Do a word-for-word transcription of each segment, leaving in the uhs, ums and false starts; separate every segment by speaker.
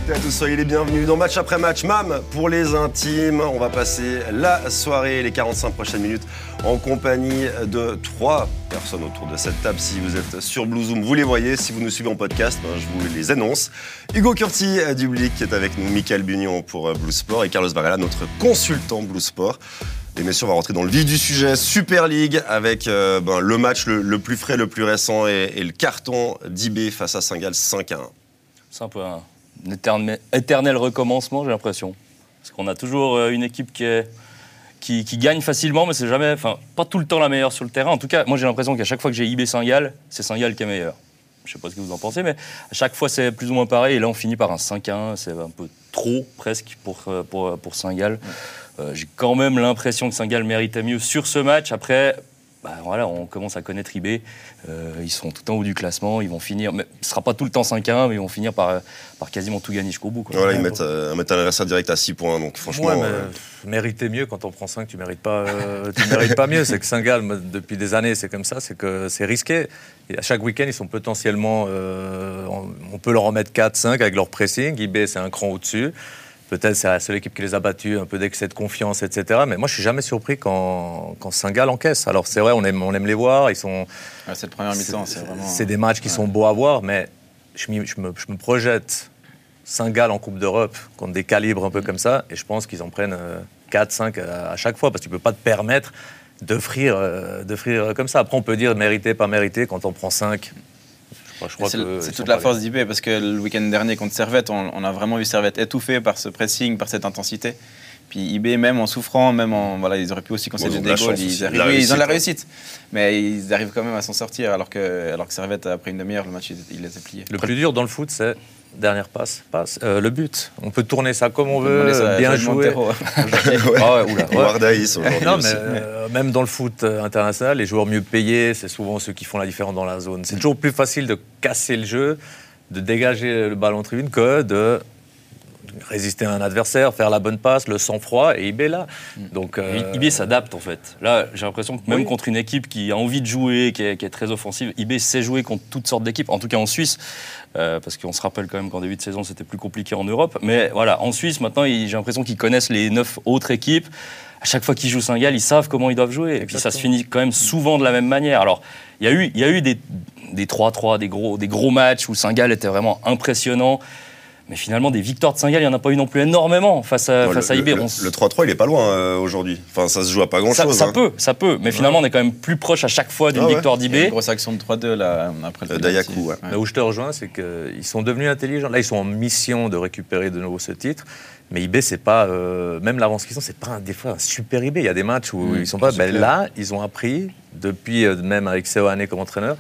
Speaker 1: à tous, soyez les bienvenus dans Match après Match. Mam pour les intimes. On va passer la soirée, les quarante-cinq prochaines minutes en compagnie de trois personnes autour de cette table. Si vous êtes sur Blue Zoom, vous les voyez. Si vous nous suivez en podcast, ben, je vous les annonce. Hugo Curti du Blick qui est avec nous, Mickaël Bugnon pour Blue Sport et Carlos Varela, notre consultant Blue Sport. Et messieurs, on va rentrer dans le vif du sujet. Super League avec euh, ben, le match le, le plus frais, le plus récent et, et le carton d'I B face à Saint-Gall cinq à un.
Speaker 2: C'est un peu un éternel, éternel recommencement, j'ai l'impression. Parce qu'on a toujours une équipe qui, est, qui, qui gagne facilement, mais c'est jamais, enfin, pas tout le temps la meilleure sur le terrain. En tout cas, moi j'ai l'impression qu'à chaque fois que j'ai I B Saint-Gall, c'est Saint-Gall qui est meilleur. Je sais pas ce que vous en pensez, mais à chaque fois c'est plus ou moins pareil. Et là on finit par un cinq à un, c'est un peu trop presque pour, pour, pour Saint-Gall. Ouais. Euh, j'ai quand même l'impression que Saint-Gall méritait mieux sur ce match. Après, bah, voilà, on commence à connaître I B. Euh, ils sont tout en haut du classement. Ils vont finir. Mais ce ne sera pas tout le temps cinq à un, mais ils vont finir par, par quasiment tout gagner jusqu'au bout. Quoi.
Speaker 1: Voilà, ils mettent, euh, mettent un adversaire direct à six points. Donc franchement.
Speaker 3: Ouais, mais
Speaker 1: euh...
Speaker 3: mériter mieux quand on prend cinq, tu ne mérites pas, euh, tu mérites pas mieux. C'est que Saint-Gall, depuis des années, c'est comme ça. C'est que c'est risqué. Et à chaque week-end, ils sont potentiellement. Euh, on, on peut leur en mettre quatre cinq avec leur pressing. I B, c'est un cran au-dessus. Peut-être c'est la seule équipe qui les a battus, un peu d'excès de confiance, et cetera. Mais moi, je suis jamais surpris quand, quand Saint-Gall encaisse. Alors c'est vrai, on aime, on aime les voir. Ils sont.
Speaker 4: Ouais, cette première mi-temps, c'est, c'est vraiment.
Speaker 3: C'est des matchs qui ouais. sont beaux à voir, mais je, je, me, je me projette Saint-Gall en Coupe d'Europe contre des calibres un peu mmh. comme ça, et je pense qu'ils en prennent quatre cinq à, à chaque fois, parce que tu peux pas te permettre d'offrir, euh, d'offrir comme ça. Après, on peut dire mérité, pas mérité. Quand on prend cinq.
Speaker 4: Je crois c'est que c'est toute la force d'I B parce que le week-end dernier contre Servette, on, on a vraiment vu Servette étouffé par ce pressing, par cette intensité. Puis I B, même en souffrant, même en voilà, ils auraient pu aussi concéder des goals. Ils, arrivent, oui, ils ont la réussite, mais ils arrivent quand même à s'en sortir. Alors que, alors que Servette, après une demi-heure, le match il, il les a pliés.
Speaker 3: Le plus dur dans le foot, c'est dernière passe, passe, euh, le but. On peut tourner ça comme on, on veut, ça, bien jouer.
Speaker 1: ouais. Ah ouais, oula. Wardaïs aujourd'hui
Speaker 3: non,
Speaker 1: aussi.
Speaker 3: Mais, euh, même dans le foot international, les joueurs mieux payés, c'est souvent ceux qui font la différence dans la zone. C'est toujours plus facile de casser le jeu, de dégager le ballon en tribune que de résister à un adversaire, faire la bonne passe, le sang-froid, et I B là. Donc,
Speaker 2: euh... I B s'adapte en fait. Là, j'ai l'impression que même oui. contre une équipe qui a envie de jouer, qui est, qui est très offensive, I B sait jouer contre toutes sortes d'équipes, en tout cas en Suisse, euh, parce qu'on se rappelle quand même qu'en début de saison, c'était plus compliqué en Europe. Mais voilà, en Suisse, maintenant, j'ai l'impression qu'ils connaissent les neuf autres équipes. À chaque fois qu'ils jouent Saint-Gall, ils savent comment ils doivent jouer. Exactement. Et puis ça se finit quand même souvent de la même manière. Alors, il y a eu, il y a eu des, des trois trois, des gros, des gros matchs où Saint-Gall était vraiment impressionnant. Mais finalement, des victoires de Saint-Gall, il n'y en a pas eu non plus énormément face à, ouais, face
Speaker 1: le,
Speaker 2: à I B.
Speaker 1: Le, le trois trois, il n'est pas loin euh, aujourd'hui. Enfin, ça se joue à pas grand-chose.
Speaker 2: Ça, ça
Speaker 1: hein.
Speaker 2: peut, ça peut. Mais finalement, on est quand même plus proche à chaque fois d'une ah ouais. victoire d'I B.
Speaker 4: Il y a une grosse action de trois deux là, après le
Speaker 1: euh, Dayakou, ouais.
Speaker 3: Là où je te rejoins, c'est qu'ils sont devenus intelligents. Là, ils sont en mission de récupérer de nouveau ce titre. Mais I B, c'est pas... Euh, même l'avance qu'ils ont, c'est pas un, des fois un super I B. Il y a des matchs où mmh, ils sont pas... Ben, là, ils ont appris, depuis euh, même avec Seoane comme entraîneur,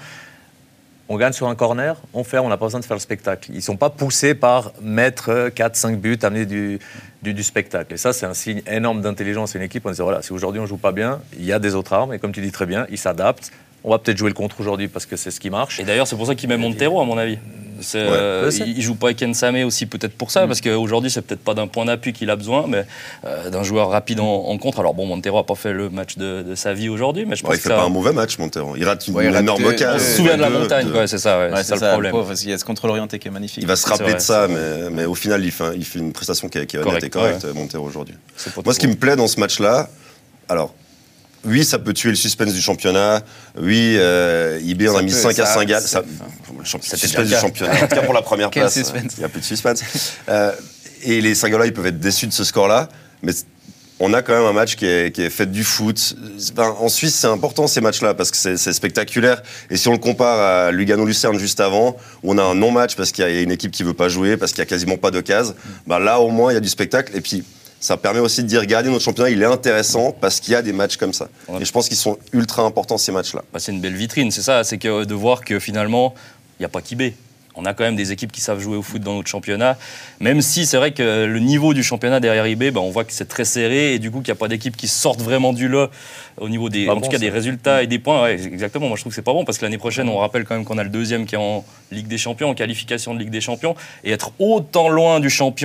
Speaker 3: on gagne sur un corner, on fait, on n'a pas besoin de faire le spectacle. Ils ne sont pas poussés par mettre quatre cinq buts, amener du, du, du spectacle. Et ça, c'est un signe énorme d'intelligence. C'est une équipe, on dit, voilà, si aujourd'hui on ne joue pas bien, il y a des autres armes. Et comme tu dis très bien, ils s'adaptent. On va peut-être jouer le contre aujourd'hui parce que c'est ce qui marche.
Speaker 2: Et d'ailleurs, c'est pour ça qu'il met Montero, à mon avis. C'est, ouais, euh, il ne joue pas avec Nsame aussi, peut-être pour ça, mmh. parce qu'aujourd'hui, c'est peut-être pas d'un point d'appui qu'il a besoin, mais euh, d'un joueur rapide en, en contre. Alors bon, Montero n'a pas fait le match de, de sa vie aujourd'hui, mais je pense
Speaker 1: ouais, il ne fait
Speaker 2: ça...
Speaker 1: pas un mauvais match, Montero. Il rate une,
Speaker 4: ouais,
Speaker 1: une énorme occasion.
Speaker 2: On se souvient de la montagne, de... quoi, c'est ça, ouais,
Speaker 4: ouais,
Speaker 2: c'est, c'est ça le problème.
Speaker 4: Pauvre, parce qu'il y a ce contrôle orienté qui est magnifique.
Speaker 1: Il va se rappeler de ça, mais, mais au final, il fait, il fait une prestation qui est, qui est honnête et correcte, ouais. Montero aujourd'hui. Moi, ce qui me plaît dans ce match-là, alors. Oui, ça peut tuer le suspense du championnat. Oui, euh, I B, on a mis cinq à Saint-Gall. Ça, le suspense du championnat, en tout cas pour la première place. Il n'y a plus de suspense. euh, et les Saint-Gallois, ils peuvent être déçus de ce score-là. Mais on a quand même un match qui est, qui est fait du foot. Ben, en Suisse, c'est important ces matchs-là parce que c'est, c'est spectaculaire. Et si on le compare à Lugano-Lucerne juste avant, où on a un non-match parce qu'il y a une équipe qui ne veut pas jouer, parce qu'il n'y a quasiment pas d'occasion, ben là, au moins, il y a du spectacle. Et puis, ça permet aussi de dire, regardez, notre championnat, il est intéressant parce qu'il y a des matchs comme ça. Ouais. Et je pense qu'ils sont ultra importants, ces matchs-là.
Speaker 2: Bah, c'est une belle vitrine, c'est ça. C'est que de voir que finalement, il n'y a pas qu'I B. On a quand même des équipes qui savent jouer au foot dans notre championnat. Même si c'est vrai que le niveau du championnat derrière I B, bah, on voit que c'est très serré et du coup qu'il n'y a pas d'équipes qui sortent vraiment du lot au niveau des, en bon, tout cas, des résultats et des points. Ouais, exactement, moi je trouve que c'est pas bon parce que l'année prochaine, on rappelle quand même qu'on a le deuxième qui est en Ligue des Champions, en qualification de Ligue des Champions. Et être autant loin du champion...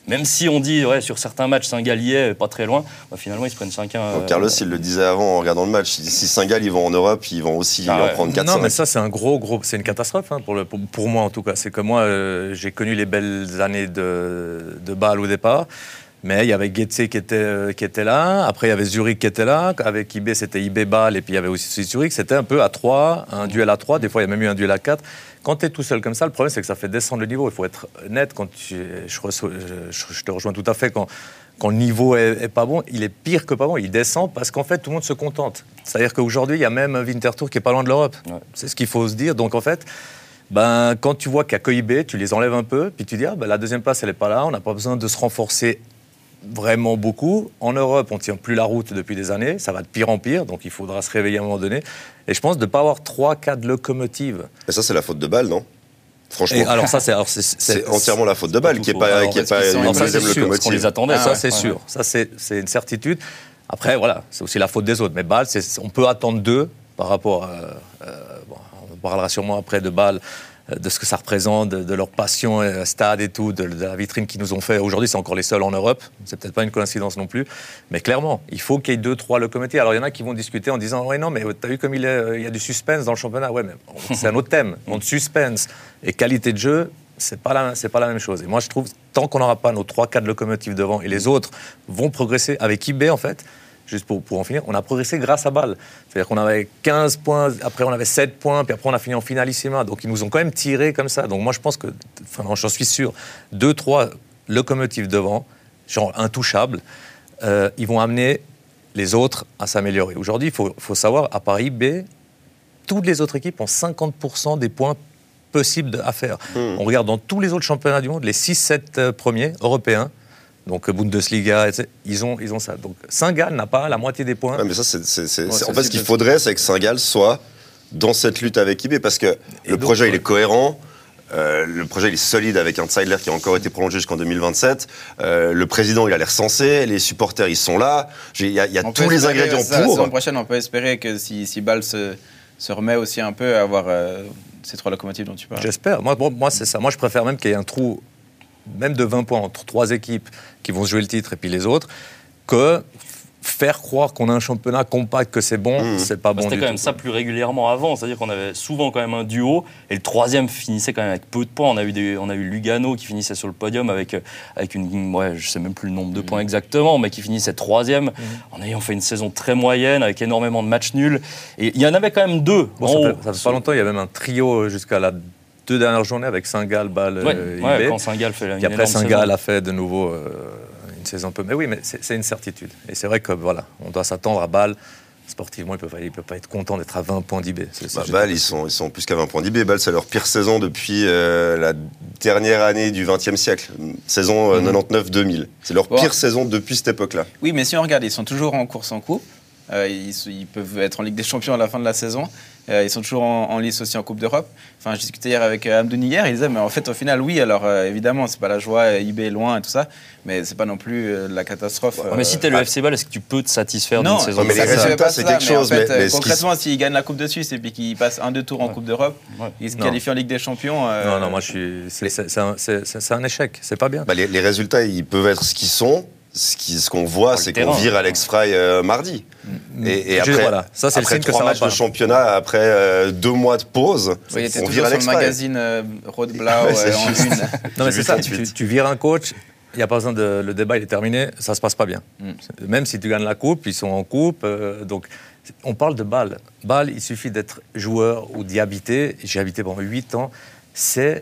Speaker 2: même si on dit ouais, sur certains matchs Saint-Gall y est, pas très loin, bah, finalement ils se prennent cinq un. Euh,
Speaker 1: Carlos, il le disait avant en regardant le match, si Saint-Gall ils vont en Europe, ils vont aussi ah, en ouais. prendre quatre cinq.
Speaker 3: Non, mais ça c'est un gros, gros, c'est une catastrophe hein, pour, le, pour, pour moi en tout cas. C'est que moi euh, j'ai connu les belles années de, de Bâle au départ. Mais il y avait Getse qui était, euh, qui était là, après il y avait Zurich qui était là, avec I B c'était I B Bâle et puis il y avait aussi Zurich, c'était un peu à trois, un duel à trois, des fois il y a même eu un duel à quatre. Quand tu es tout seul comme ça, le problème c'est que ça fait descendre le niveau, il faut être net, quand tu, je, reçois, je, je te rejoins tout à fait, quand, quand le niveau est, est pas bon, il est pire que pas bon, il descend parce qu'en fait tout le monde se contente. C'est-à-dire qu'aujourd'hui il y a même un Winterthur qui est pas loin de l'Europe, ouais. C'est ce qu'il faut se dire, donc en fait... Ben, quand tu vois qu'il n'y a que I B, tu les enlèves un peu, puis tu dis ah, ben, la deuxième place elle n'est pas là, on n'a pas besoin de se renforcer vraiment beaucoup. En Europe, on ne tient plus la route depuis des années, ça va de pire en pire, donc il faudra se réveiller à un moment donné. Et je pense de ne pas avoir trois quatre locomotives.
Speaker 1: Et ça, c'est la faute de Bâle, non ? Franchement.
Speaker 3: Et alors ça, c'est, alors c'est, c'est,
Speaker 1: c'est entièrement la faute de Bâle qui n'est pas, qui est pas une deuxième locomotive.
Speaker 2: On les attendait.
Speaker 3: Ah, ça, c'est ah, sûr. Ouais. Ça, c'est, c'est une certitude. Après, voilà, c'est aussi la faute des autres. Mais Bâle, c'est, on peut attendre d'eux par rapport à... Euh, bon, on parlera sûrement après de Bâle, de ce que ça représente, de, de leur passion, euh, stade et tout, de, de la vitrine qu'ils nous ont fait. Aujourd'hui, c'est encore les seuls en Europe. C'est peut-être pas une coïncidence non plus. Mais clairement, il faut qu'il y ait deux, trois locomotives. Alors, il y en a qui vont discuter en disant « Ouais, non, mais t'as vu comme il, est, il y a du suspense dans le championnat ?» Ouais, mais c'est un autre thème. Entre suspense et qualité de jeu, c'est pas la, c'est pas la même chose. Et moi, je trouve, tant qu'on n'aura pas nos trois quatre locomotives devant et les autres vont progresser avec I B, en fait, juste pour, pour en finir, on a progressé grâce à Bâle. C'est-à-dire qu'on avait quinze points, après on avait sept points, puis après on a fini en finalissima. Donc ils nous ont quand même tiré comme ça. Donc moi je pense que, enfin non, j'en suis sûr, deux, trois locomotives devant, genre intouchables, euh, ils vont amener les autres à s'améliorer. Aujourd'hui, il faut, faut savoir, à part I B, toutes les autres équipes ont cinquante pour cent des points possibles à faire. Mmh. On regarde dans tous les autres championnats du monde, les six sept premiers européens, donc Bundesliga, et cetera, ils ont, ils ont ça. Donc Saint-Gall n'a pas la moitié des points.
Speaker 1: Ouais, mais ça, c'est, c'est, c'est, ouais, c'est, en fait, ce qu'il faudrait, c'est que Saint-Gall soit dans cette lutte avec I B, parce que et le donc, projet, ouais. il est cohérent. Euh, le projet, il est solide avec un Zeidler qui a encore été prolongé jusqu'en deux mille vingt-sept. Euh, le président, il a l'air sensé. Les supporters, ils sont là. Il y a, y a tous les ingrédients ça, pour.
Speaker 4: La saison prochaine, on peut espérer que si, si Bâle se, se remet aussi un peu à avoir euh, ces trois locomotives dont tu parles.
Speaker 3: J'espère. Moi, bon, moi, c'est ça. Moi, je préfère même qu'il y ait un trou, même de vingt points entre trois équipes qui vont jouer le titre et puis les autres, que faire croire qu'on a un championnat compact, que c'est bon, mmh. c'est pas bon.
Speaker 2: C'était
Speaker 3: du
Speaker 2: quand même
Speaker 3: tout.
Speaker 2: Ça plus régulièrement avant, c'est-à-dire qu'on avait souvent quand même un duo, et le troisième finissait quand même avec peu de points. On a eu, des, on a eu Lugano qui finissait sur le podium avec, avec une, ouais, je sais même plus le nombre de mmh. points exactement, mais qui finissait troisième, mmh. en ayant fait une saison très moyenne, avec énormément de matchs nuls. Et il y en avait quand même deux.
Speaker 3: Bon, ça, fait, ça fait pas longtemps, il y a même un trio jusqu'à la deux dernières journées avec Saint-Gall, Bâle,
Speaker 2: ouais,
Speaker 3: euh,
Speaker 2: ouais,
Speaker 3: I B.
Speaker 2: Quand Saint-Gall fait la,
Speaker 3: et après Saint-Gall a fait de nouveau euh, une saison un peu. Mais oui, mais c'est, c'est une certitude. Et c'est vrai que voilà, on doit s'attendre à Bâle. Sportivement, ils ne peuvent, peuvent pas être contents d'être à vingt points d'I B. C'est, c'est
Speaker 1: bah, Bâle, ils sont, ils sont plus qu'à vingt points d'I B. Bâle, c'est leur pire saison depuis euh, la dernière année du vingtième siècle, saison euh, mm-hmm. quatre-vingt-dix-neuf deux mille. C'est leur bon. pire saison depuis cette époque-là.
Speaker 4: Oui, mais si on regarde, ils sont toujours en course en coupe. Euh, ils, ils peuvent être en Ligue des Champions à la fin de la saison. Euh, ils sont toujours en, en lice aussi en Coupe d'Europe. Enfin, je discutais hier avec euh, Amdouni hier, il disait, mais en fait, au final, oui, alors euh, évidemment, c'est pas la joie, I B est loin et tout ça, mais c'est pas non plus euh, la catastrophe.
Speaker 2: Ouais, euh, mais si t'es le F C Bâle, est-ce que tu peux te satisfaire
Speaker 4: non,
Speaker 2: d'une saison
Speaker 1: non, mais les résultats, c'est quelque chose.
Speaker 4: Mais, en fait,
Speaker 1: mais, mais
Speaker 4: concrètement, qui... s'ils gagnent la Coupe de Suisse et puis qu'ils passent un, deux tours en ouais. Coupe d'Europe, ouais. ils se qualifient en Ligue des Champions. Euh...
Speaker 3: Non, non, moi, je suis. C'est, c'est, c'est, un, c'est, c'est un échec, c'est pas bien.
Speaker 1: Bah, les, les résultats, ils peuvent être ce qu'ils sont. Ce, qui, ce qu'on voit, c'est qu'on vire Alex Frey euh, mardi.
Speaker 3: Mmh. Et, et après, voilà. ça, c'est
Speaker 1: après
Speaker 3: le signe
Speaker 1: trois
Speaker 3: que ça
Speaker 1: matchs
Speaker 3: va
Speaker 1: de championnat, après euh, deux mois de pause,
Speaker 4: oui,
Speaker 1: on vire Alex
Speaker 4: sur le
Speaker 1: Frey.
Speaker 4: magazine euh, Rode Blau ouais, euh, en une.
Speaker 3: Non, mais c'est ça, tu, tu vires un coach, il n'y a pas besoin de... Le débat, il est terminé, ça ne se passe pas bien. Mmh. Même si tu gagnes la coupe, ils sont en coupe. Euh, donc, on parle de Bâle. Bâle, il suffit d'être joueur ou d'y habiter. J'ai habité pendant huit ans. C'est...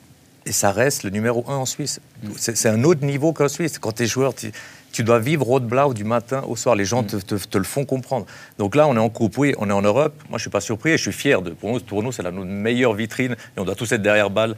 Speaker 3: Et ça reste le numéro un en Suisse. C'est, c'est un autre niveau qu'en Suisse. Quand tu es joueur, tu, tu dois vivre Rode Blau du matin au soir. Les gens te, te, te le font comprendre. Donc là, on est en coupe, oui, on est en Europe. Moi, je ne suis pas surpris et je suis fier. De, pour, nous, pour nous, c'est la notre meilleure vitrine. Et on doit tous être derrière Bâle,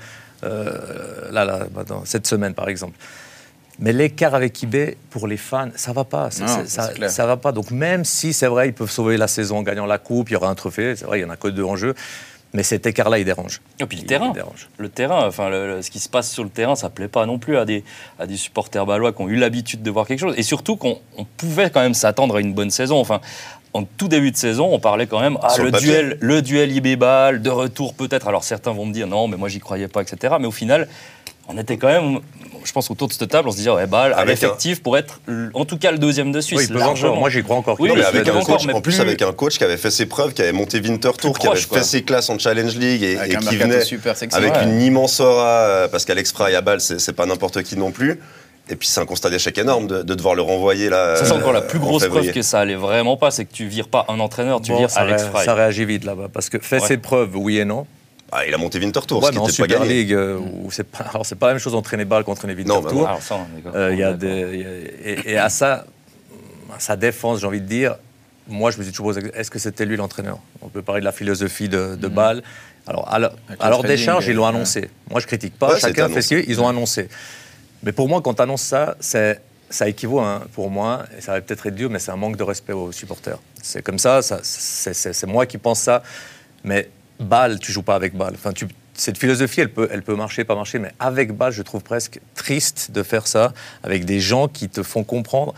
Speaker 3: euh, là, là, dans cette semaine, par exemple. Mais l'écart avec I B, pour les fans, ça ne va pas. C'est, non, c'est, ça ne va pas. Donc même si, c'est vrai, ils peuvent sauver la saison en gagnant la coupe, il y aura un trophée. C'est vrai, il n'y en a que deux en jeu. Mais cet écart-là, il dérange.
Speaker 2: Et puis le il, terrain, il dérange. le terrain, enfin le, le, ce qui se passe sur le terrain, ça plaît pas non plus à des à des supporters bâlois qui ont eu l'habitude de voir quelque chose. Et surtout qu'on on pouvait quand même s'attendre à une bonne saison. Enfin, en tout début de saison, on parlait quand même ah le, le duel, le duel I B Bâle de retour peut-être. Alors certains vont me dire non, mais moi j'y croyais pas, et cetera. Mais au final, on était quand même, je pense autour de cette table, on se dit ouais, Bâle a l'effectif un... pour être en tout cas le deuxième de Suisse.
Speaker 3: Oui, il peut largement. Moi, j'y crois encore.
Speaker 1: Oui, mais avec un coach, en plus, plus avec un coach qui avait fait ses preuves, qui avait monté Winter Tour, qui avait quoi. fait ses classes en Challenge League et, et qui venait sexy, avec ouais. une immense aura, parce qu'Alex Frey à Bâle, c'est, c'est pas n'importe qui non plus. Et puis c'est un constat d'échec énorme de, de devoir le renvoyer là.
Speaker 2: Ça, c'est encore la plus grosse preuve que ça allait vraiment pas, c'est que tu vires pas un entraîneur, tu bon, vires Alex Frey.
Speaker 3: Ça réagit vite là-bas, parce que fait ouais. ses preuves, oui et non.
Speaker 1: Ah, il a monté Winter Tour,
Speaker 3: ouais,
Speaker 1: ce qui n'était pas
Speaker 3: gagné. En
Speaker 1: Super
Speaker 3: League, euh, où c'est pas, alors c'est pas la même chose d'entraîner Bâle qu'entraîner Winter non, Tour.
Speaker 2: Alors ça,
Speaker 3: euh, y a des, y a, et, et à ça, à sa défense, j'ai envie de dire, moi je me suis toujours posé, est-ce que c'était lui l'entraîneur ? On peut parler de la philosophie de, de mmh. Bâle. Alors, à leur, à leur décharge, ils l'ont annoncé. Moi je critique pas, ouais, chacun fait ce qu'il veut, ils ont annoncé. Mais pour moi, quand tu annonces ça, c'est, ça équivaut, hein, pour moi, et ça va peut-être être dur, mais c'est un manque de respect aux supporters. C'est comme ça, ça c'est, c'est, c'est moi qui pense ça. Mais Bâle, tu joues pas avec Bâle. Enfin, tu, cette philosophie, elle peut, elle peut marcher, pas marcher, mais avec Bâle, je trouve presque triste de faire ça, avec des gens qui te font comprendre,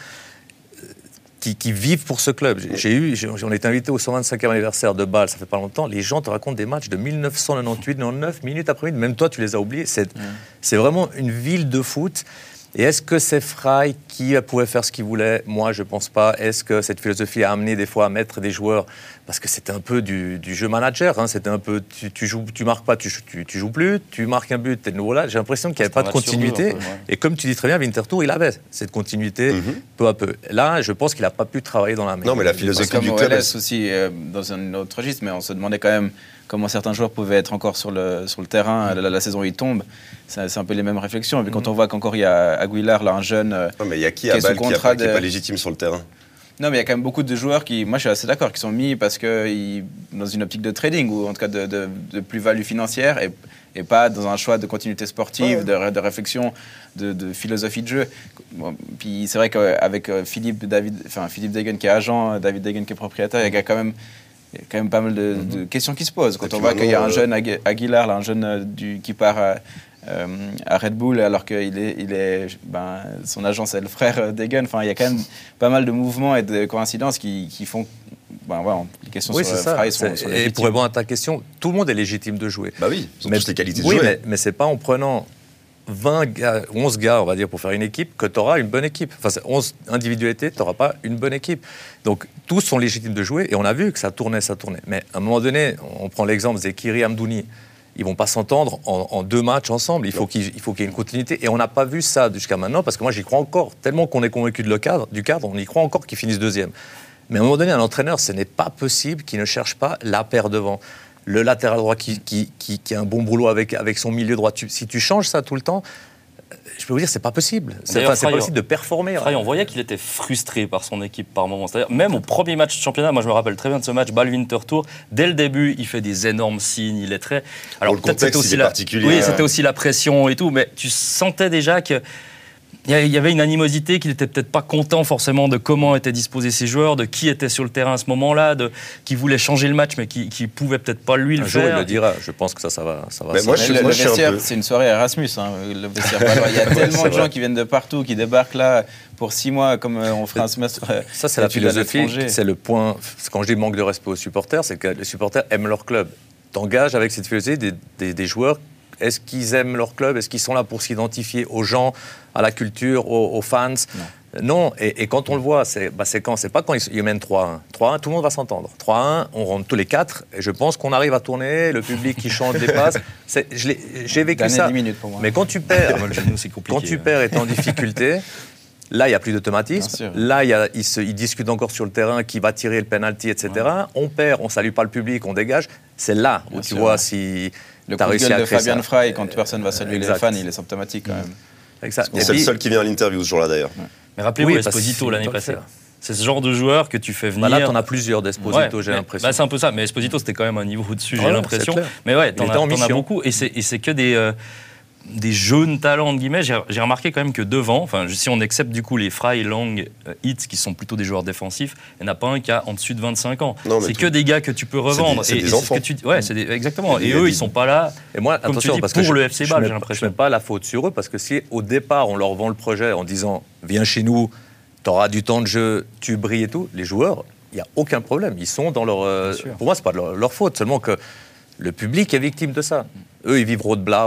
Speaker 3: qui, qui vivent pour ce club. J'ai, j'ai eu, j'ai, on est invité au cent vingt-cinquième anniversaire de Bâle, ça fait pas longtemps. Les gens te racontent des matchs de dix-neuf cent quatre-vingt-dix-huit quatre-vingt-dix-neuf, minute après minute. Même toi, tu les as oubliés. C'est, mmh. c'est vraiment une ville de foot. Et est-ce que c'est Frey qui pouvait faire ce qu'il voulait ? Moi, je ne pense pas. Est-ce que cette philosophie a amené des fois à mettre des joueurs ? Parce que c'était un peu du, du jeu manager. Hein. C'était un peu, tu, tu joues, tu marques pas, tu, tu, tu joues plus. Tu marques un but, t'es de nouveau là. J'ai l'impression qu'il n'y avait pas de continuité. Peu, ouais. Et comme tu dis très bien, Winter Tour, il avait cette continuité mm-hmm. peu à peu. Là, je pense qu'il n'a pas pu travailler dans la même.
Speaker 1: Non, mais la philosophie du club
Speaker 4: est aussi euh, dans un autre registre. Mais on se demandait quand même comment certains joueurs pouvaient être encore sur le, sur le terrain. La, la saison où ils tombent, c'est, c'est un peu les mêmes réflexions. Et puis quand on voit qu'encore il y a Aguilar, là, un jeune.
Speaker 1: Non, mais il y a qui à Bâle qui n'est pas, de... pas légitime sur le terrain ?
Speaker 4: Non, mais il y a quand même beaucoup de joueurs qui, moi je suis assez d'accord, qui sont mis parce que ils, dans une optique de trading ou en tout cas de, de, de plus-value financière et, et pas dans un choix de continuité sportive, ouais. de, de réflexion, de, de philosophie de jeu. Bon, puis c'est vrai qu'avec Philippe, David, enfin Philippe Degen qui est agent, David Degen qui est propriétaire, il y a quand même, il y a quand même pas mal de, mm-hmm. de questions qui se posent. Quand on voit qu'il y a un jeune Aguilar, là, un jeune du, qui part à, Euh, à Red Bull, alors qu'il est, il est, ben, son agent c'est le frère Degen. Enfin, il y a quand même pas mal de mouvements et de coïncidences qui, qui font. Ben, voilà, les questions
Speaker 3: oui,
Speaker 4: sur
Speaker 3: Frey
Speaker 4: sont, sont
Speaker 3: Et pour répondre à ta question, tout le monde est légitime de jouer.
Speaker 1: Bah oui, ils ont
Speaker 3: mais,
Speaker 1: tous les qualités de
Speaker 3: oui,
Speaker 1: jouer.
Speaker 3: Mais, mais c'est pas en prenant vingt gars, onze gars, on va dire, pour faire une équipe, que tu auras une bonne équipe. Enfin, c'est onze individualités, tu n'auras pas une bonne équipe. Donc, tous sont légitimes de jouer et on a vu que ça tournait, ça tournait. Mais à un moment donné, on prend l'exemple Zekiri Amdouni. Ils ne vont pas s'entendre en, en deux matchs ensemble. Il faut, qu'il, il faut qu'il y ait une continuité. Et on n'a pas vu ça jusqu'à maintenant, parce que moi, j'y crois encore. Tellement qu'on est convaincu de le cadre, du cadre, on y croit encore qu'ils finissent deuxième. Mais à un moment donné, un entraîneur, ce n'est pas possible qu'il ne cherche pas la paire devant. Le latéral droit qui, qui, qui, qui a un bon boulot avec, avec son milieu droit. Tu, si tu changes ça tout le temps, je peux vous dire, c'est pas possible. C'est, enfin, c'est pas possible de performer.
Speaker 2: Frey, on voyait qu'il était frustré par son équipe par moments. C'est-à-dire, même au premier match de championnat, moi je me rappelle très bien de ce match, Bâle Winter Tour. Dès le début, il fait des énormes signes, il est très.
Speaker 1: Alors, peut-être c'était aussi la... particulier.
Speaker 2: Oui, c'était aussi la pression et tout, mais tu sentais déjà que. Il y avait une animosité, qu'il n'était peut-être pas content forcément de comment étaient disposés ses joueurs, de qui était sur le terrain à ce moment-là, de qui voulait changer le match, mais qui ne pouvait peut-être pas lui le
Speaker 3: un
Speaker 2: faire.
Speaker 3: jour, il le dira. Je pense que ça, ça va. Ça va
Speaker 1: mais moi, je,
Speaker 4: le,
Speaker 1: moi,
Speaker 4: le vestiaire,
Speaker 1: peu...
Speaker 4: c'est une soirée Erasmus. Hein, le vestiaire. Il y a tellement de gens qui viennent de partout, qui débarquent là pour six mois, comme on ferait un semestre.
Speaker 3: Ça, c'est la philosophie. C'est le point. Quand je dis manque de respect aux supporters, c'est que les supporters aiment leur club. T'engages avec cette philosophie des, des, des joueurs. Est-ce qu'ils aiment leur club ? Est-ce qu'ils sont là pour s'identifier aux gens, à la culture, aux, aux fans ? Non. non. Et, et quand on le voit, c'est, bah c'est quand ? C'est pas quand ils, ils mènent trois un. trois un, tout le monde va s'entendre. trois un, on rentre tous les quatre. Et je pense qu'on arrive à tourner, le public qui chante des passes. C'est, je l'ai, j'ai vécu ça.
Speaker 4: dix minutes pour moi.
Speaker 3: Mais quand tu perds, quand tu perds et t'es en difficulté, là, il n'y a plus d'automatisme. Là, il y a, ils, se, ils discutent encore sur le terrain qui va tirer le penalty, et cetera. Ouais. On perd, on ne salue pas le public, on dégage. C'est là où Bien tu sûr, vois ouais. si...
Speaker 4: Le coup de gueule de Fabian Frey, quand personne ne va saluer exact. Les fans, il est symptomatique quand même.
Speaker 1: Exact. C'est puis, le seul qui vient à l'interview ce jour-là d'ailleurs.
Speaker 2: Ouais. Mais rappelez-vous oui, Esposito l'année passée. C'est ce genre de joueur que tu fais venir.
Speaker 3: Bah là, t'en as plusieurs d'Esposito, ouais, j'ai l'impression.
Speaker 2: Bah c'est un peu ça. Mais Esposito, c'était quand même un niveau au-dessus, j'ai ouais, l'impression. Mais ouais, t'en as, t'en as beaucoup. Et c'est, et c'est que des. Euh, des jeunes talents, entre guillemets, j'ai, j'ai remarqué quand même que devant, enfin, si on accepte du coup les Frey, Lang, euh, Hitz, qui sont plutôt des joueurs défensifs, il n'y en a pas un qui a en dessus de vingt-cinq ans. Non, c'est tout... que des gars que tu peux revendre.
Speaker 1: C'est des, c'est
Speaker 2: et,
Speaker 1: des enfants.
Speaker 2: Et c'est tu... Ouais, c'est des... exactement. Et, et eux, ils ne sont pas là,
Speaker 3: et moi,
Speaker 2: comme
Speaker 3: attention,
Speaker 2: tu dis,
Speaker 3: parce
Speaker 2: pour
Speaker 3: que je,
Speaker 2: le F C Bâle, j'ai l'impression.
Speaker 3: Je ne mets pas la faute sur eux, parce que si au départ, on leur vend le projet en disant « Viens chez nous, tu auras du temps de jeu, tu brilles et tout », les joueurs, il n'y a aucun problème. Ils sont dans leur... Euh, pour moi, ce n'est pas de leur, leur faute, seulement que le public est victime de ça. Eux, ils vivent Rot-Blau.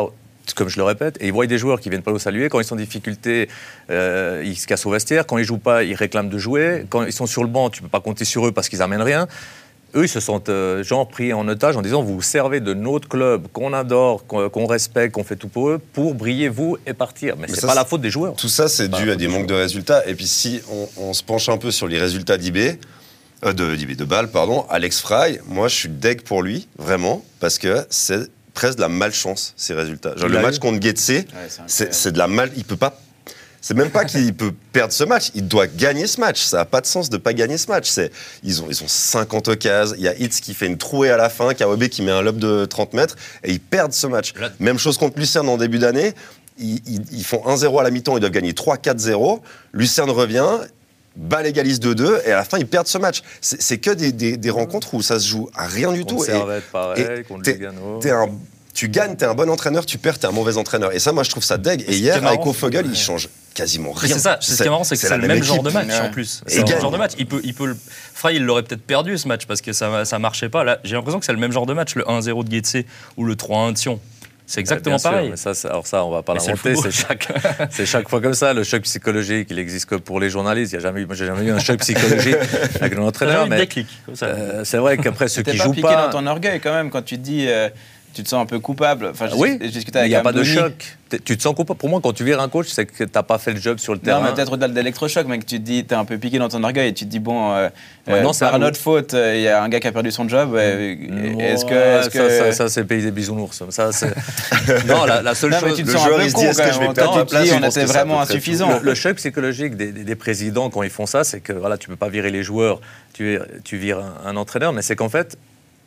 Speaker 3: comme je le répète, et ils voient des joueurs qui viennent pas le saluer. Quand ils sont en difficulté, euh, ils se cassent au vestiaire. Quand ils jouent pas, ils réclament de jouer. Quand ils sont sur le banc, tu peux pas compter sur eux parce qu'ils amènent rien. Eux, ils se sentent euh, genre pris en otage en disant vous vous servez de notre club qu'on adore, qu'on, qu'on respecte, qu'on fait tout pour eux, pour briller vous et partir. Mais, Mais c'est ça, pas la faute des joueurs.
Speaker 1: Tout ça, c'est dû à des manques de résultats. Et puis si on, on se penche un peu sur les résultats d'I B, euh, de, d'I B, de Bâle, pardon, Alex Frey, moi je suis deg pour lui, vraiment, parce que c'est presque de la malchance, ces résultats. Genre, le match eu. contre Getse, ouais, c'est, c'est de la mal... Il peut pas... C'est même pas qu'il peut perdre ce match, il doit gagner ce match. Ça n'a pas de sens de ne pas gagner ce match. C'est... Ils, ont, ils ont cinquante occasions, il y a Hitz qui fait une trouée à la fin, K O B qui met un lob de trente mètres, et ils perdent ce match. Là... Même chose contre Lucerne en début d'année, ils, ils, ils font un zéro à la mi-temps, ils doivent gagner trois quatre zéro. Lucerne revient... Bâle égalise deux deux et à la fin ils perdent ce match. C'est, c'est que des, des, des rencontres où ça se joue à rien du
Speaker 3: contre
Speaker 1: tout.
Speaker 3: Servette, et, pareil, et contre t'es, Lugano. T'es un,
Speaker 1: tu gagnes, t'es un bon entraîneur, tu perds, t'es un mauvais entraîneur. Et ça, moi je trouve ça deg. Et hier, avec Fogel, ouais. il change quasiment rien.
Speaker 2: Mais c'est ça, c'est ce qui est marrant, c'est que c'est, c'est le même équipe. genre de match ouais. en plus. C'est le même genre de match. Il peut, il peut le... Frey, il l'aurait peut-être perdu ce match parce que ça, ça marchait pas. Là, j'ai l'impression que c'est le même genre de match, le un zéro de Getse ou le trois un de Sion. C'est exactement
Speaker 3: Bien
Speaker 2: pareil.
Speaker 3: Sûr, mais ça, c'est, alors ça, on va pas mais l'inventer. C'est, c'est, chaque, c'est chaque fois comme ça. Le choc psychologique, il existe que pour les journalistes. Il y a jamais, moi, j'ai jamais eu un choc psychologique avec un entraîneur.
Speaker 2: Mais déclic,
Speaker 3: euh, c'est vrai qu'après ceux qui jouent pas.
Speaker 4: T'es pas piqué dans ton orgueil quand même quand tu te dis. Euh... Tu te sens un peu coupable. Enfin,
Speaker 3: oui, il n'y a pas de choc. Tu te sens coupable. Pour moi, quand tu vires un coach, c'est que tu n'as pas fait le job sur le terrain.
Speaker 4: Non, mais peut-être au-delà de l'électrochoc, mais que tu te dis, tu es un peu piqué dans ton orgueil et tu te dis, bon, euh, ouais, non, par notre faute, il euh, y a un gars qui a perdu son job. Euh,
Speaker 3: non, est-ce que, est-ce que... Ça, ça, ça, c'est le pays des bisounours. Ça, c'est... non, la, la seule non, chose...
Speaker 4: Mais tu te le sens un peu con, est-ce que je vais perdre tu te dis, on était vraiment insuffisant.
Speaker 3: Le, le choc psychologique des, des, des présidents, quand ils font ça, c'est que voilà, tu ne peux pas virer les joueurs, tu, tu vires un, un entraîneur, mais c'est qu'en fait,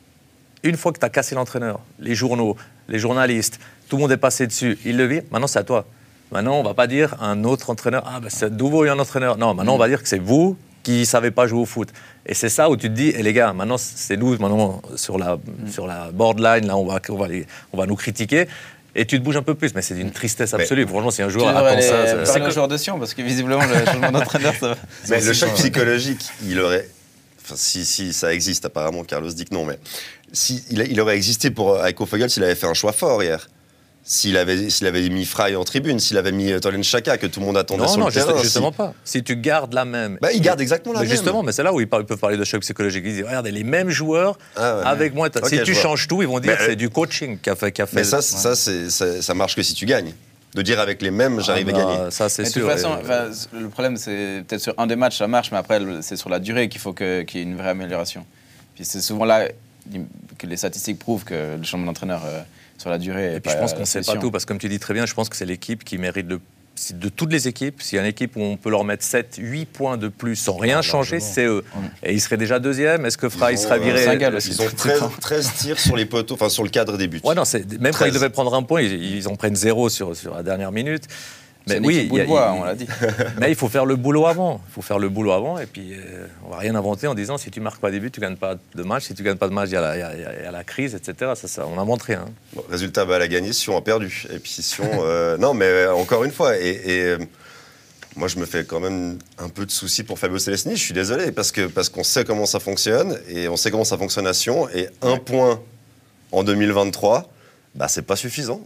Speaker 3: une fois que tu as cassé l'entraîneur, les journaux, les journalistes, tout le monde est passé dessus, ils le virent, maintenant c'est à toi. Maintenant, on ne va pas dire un autre entraîneur, ah ben c'est nouveau, il y a un entraîneur. Non, maintenant, mmh. on va dire que c'est vous qui ne savez pas jouer au foot. Et c'est ça où tu te dis, eh, les gars, maintenant, c'est nous, maintenant, sur la, mmh. sur la borderline, là, on va, on, va les, on va nous critiquer. Et tu te bouges un peu plus, mais c'est d'une tristesse absolue. Mais, franchement, si un joueur attend ça...
Speaker 4: C'est, c'est le joueur de Sion, parce que visiblement, le changement d'entraîneur, ça va...
Speaker 1: Mais le choc psychologique, il aurait... Enfin, si, si ça existe, apparemment, Carlos dit que non, mais... Si, il, il aurait existé pour Heiko Fogel s'il avait fait un choix fort hier. S'il avait, s'il avait mis Frey en tribune, s'il avait mis Tolen Chaka, que tout le monde attendait non, sur
Speaker 3: non,
Speaker 1: le terrain.
Speaker 3: Non, justement
Speaker 1: si...
Speaker 3: pas. Si tu gardes la même...
Speaker 1: Bah, il garde exactement la
Speaker 3: mais
Speaker 1: même.
Speaker 3: Justement, mais c'est là où ils, parlent, ils peuvent parler de choc psychologique. Ils disent, regardez, les mêmes joueurs, ah ouais, avec moi... Okay, si tu changes tout, ils vont dire que c'est du coaching qui a fait... Qui a fait
Speaker 1: mais ça, ouais. ça, c'est, ça, ça marche que si tu gagnes. De dire avec les mêmes, j'arrive ah bah, à gagner.
Speaker 3: Ça, c'est
Speaker 4: mais
Speaker 3: sûr.
Speaker 4: De toute façon, et... le problème, c'est peut-être sur un des matchs, ça marche, mais après, c'est sur la durée qu'il faut que, qu'il y ait une vraie amélioration. Puis c'est souvent là... que les statistiques prouvent que le changement d'entraîneur euh, sur la durée.
Speaker 3: Et puis je pense qu'on ne sait pas tout, parce que comme tu dis très bien, je pense que c'est l'équipe qui mérite le. De toutes les équipes, s'il y a une équipe où on peut leur mettre sept, huit points de plus sans rien ah, changer, largement. C'est eux. Mmh. Et ils seraient déjà deuxième. Est-ce que Frey sera viré
Speaker 1: euh, Ils ont treize, treize tirs sur les poteaux, enfin sur le cadre des buts.
Speaker 3: Ouais, non, c'est, même treize. Quand ils devaient prendre un point, ils, ils en prennent zéro sur, sur la dernière minute.
Speaker 4: Mais c'est oui, il, bois, il, on l'a dit.
Speaker 3: Mais il faut faire le boulot avant. Il faut faire le boulot avant et puis euh, on va rien inventer en disant si tu marques pas des buts, tu gagnes pas de match. Si tu gagnes pas de match, il y a la, il y a, il y a la crise, et cetera. Ça, ça, on n'invente rien.
Speaker 1: Bon, résultat, bah, elle a gagné, Sion a perdu. Et puis Sion, euh, non, mais encore une fois, et, et euh, moi je me fais quand même un peu de soucis pour Fabio Celestini. Je suis désolé parce que parce qu'on sait comment ça fonctionne et on sait comment ça fonctionne à Sion. Et un ouais. point en deux mille vingt-trois, bah c'est pas suffisant.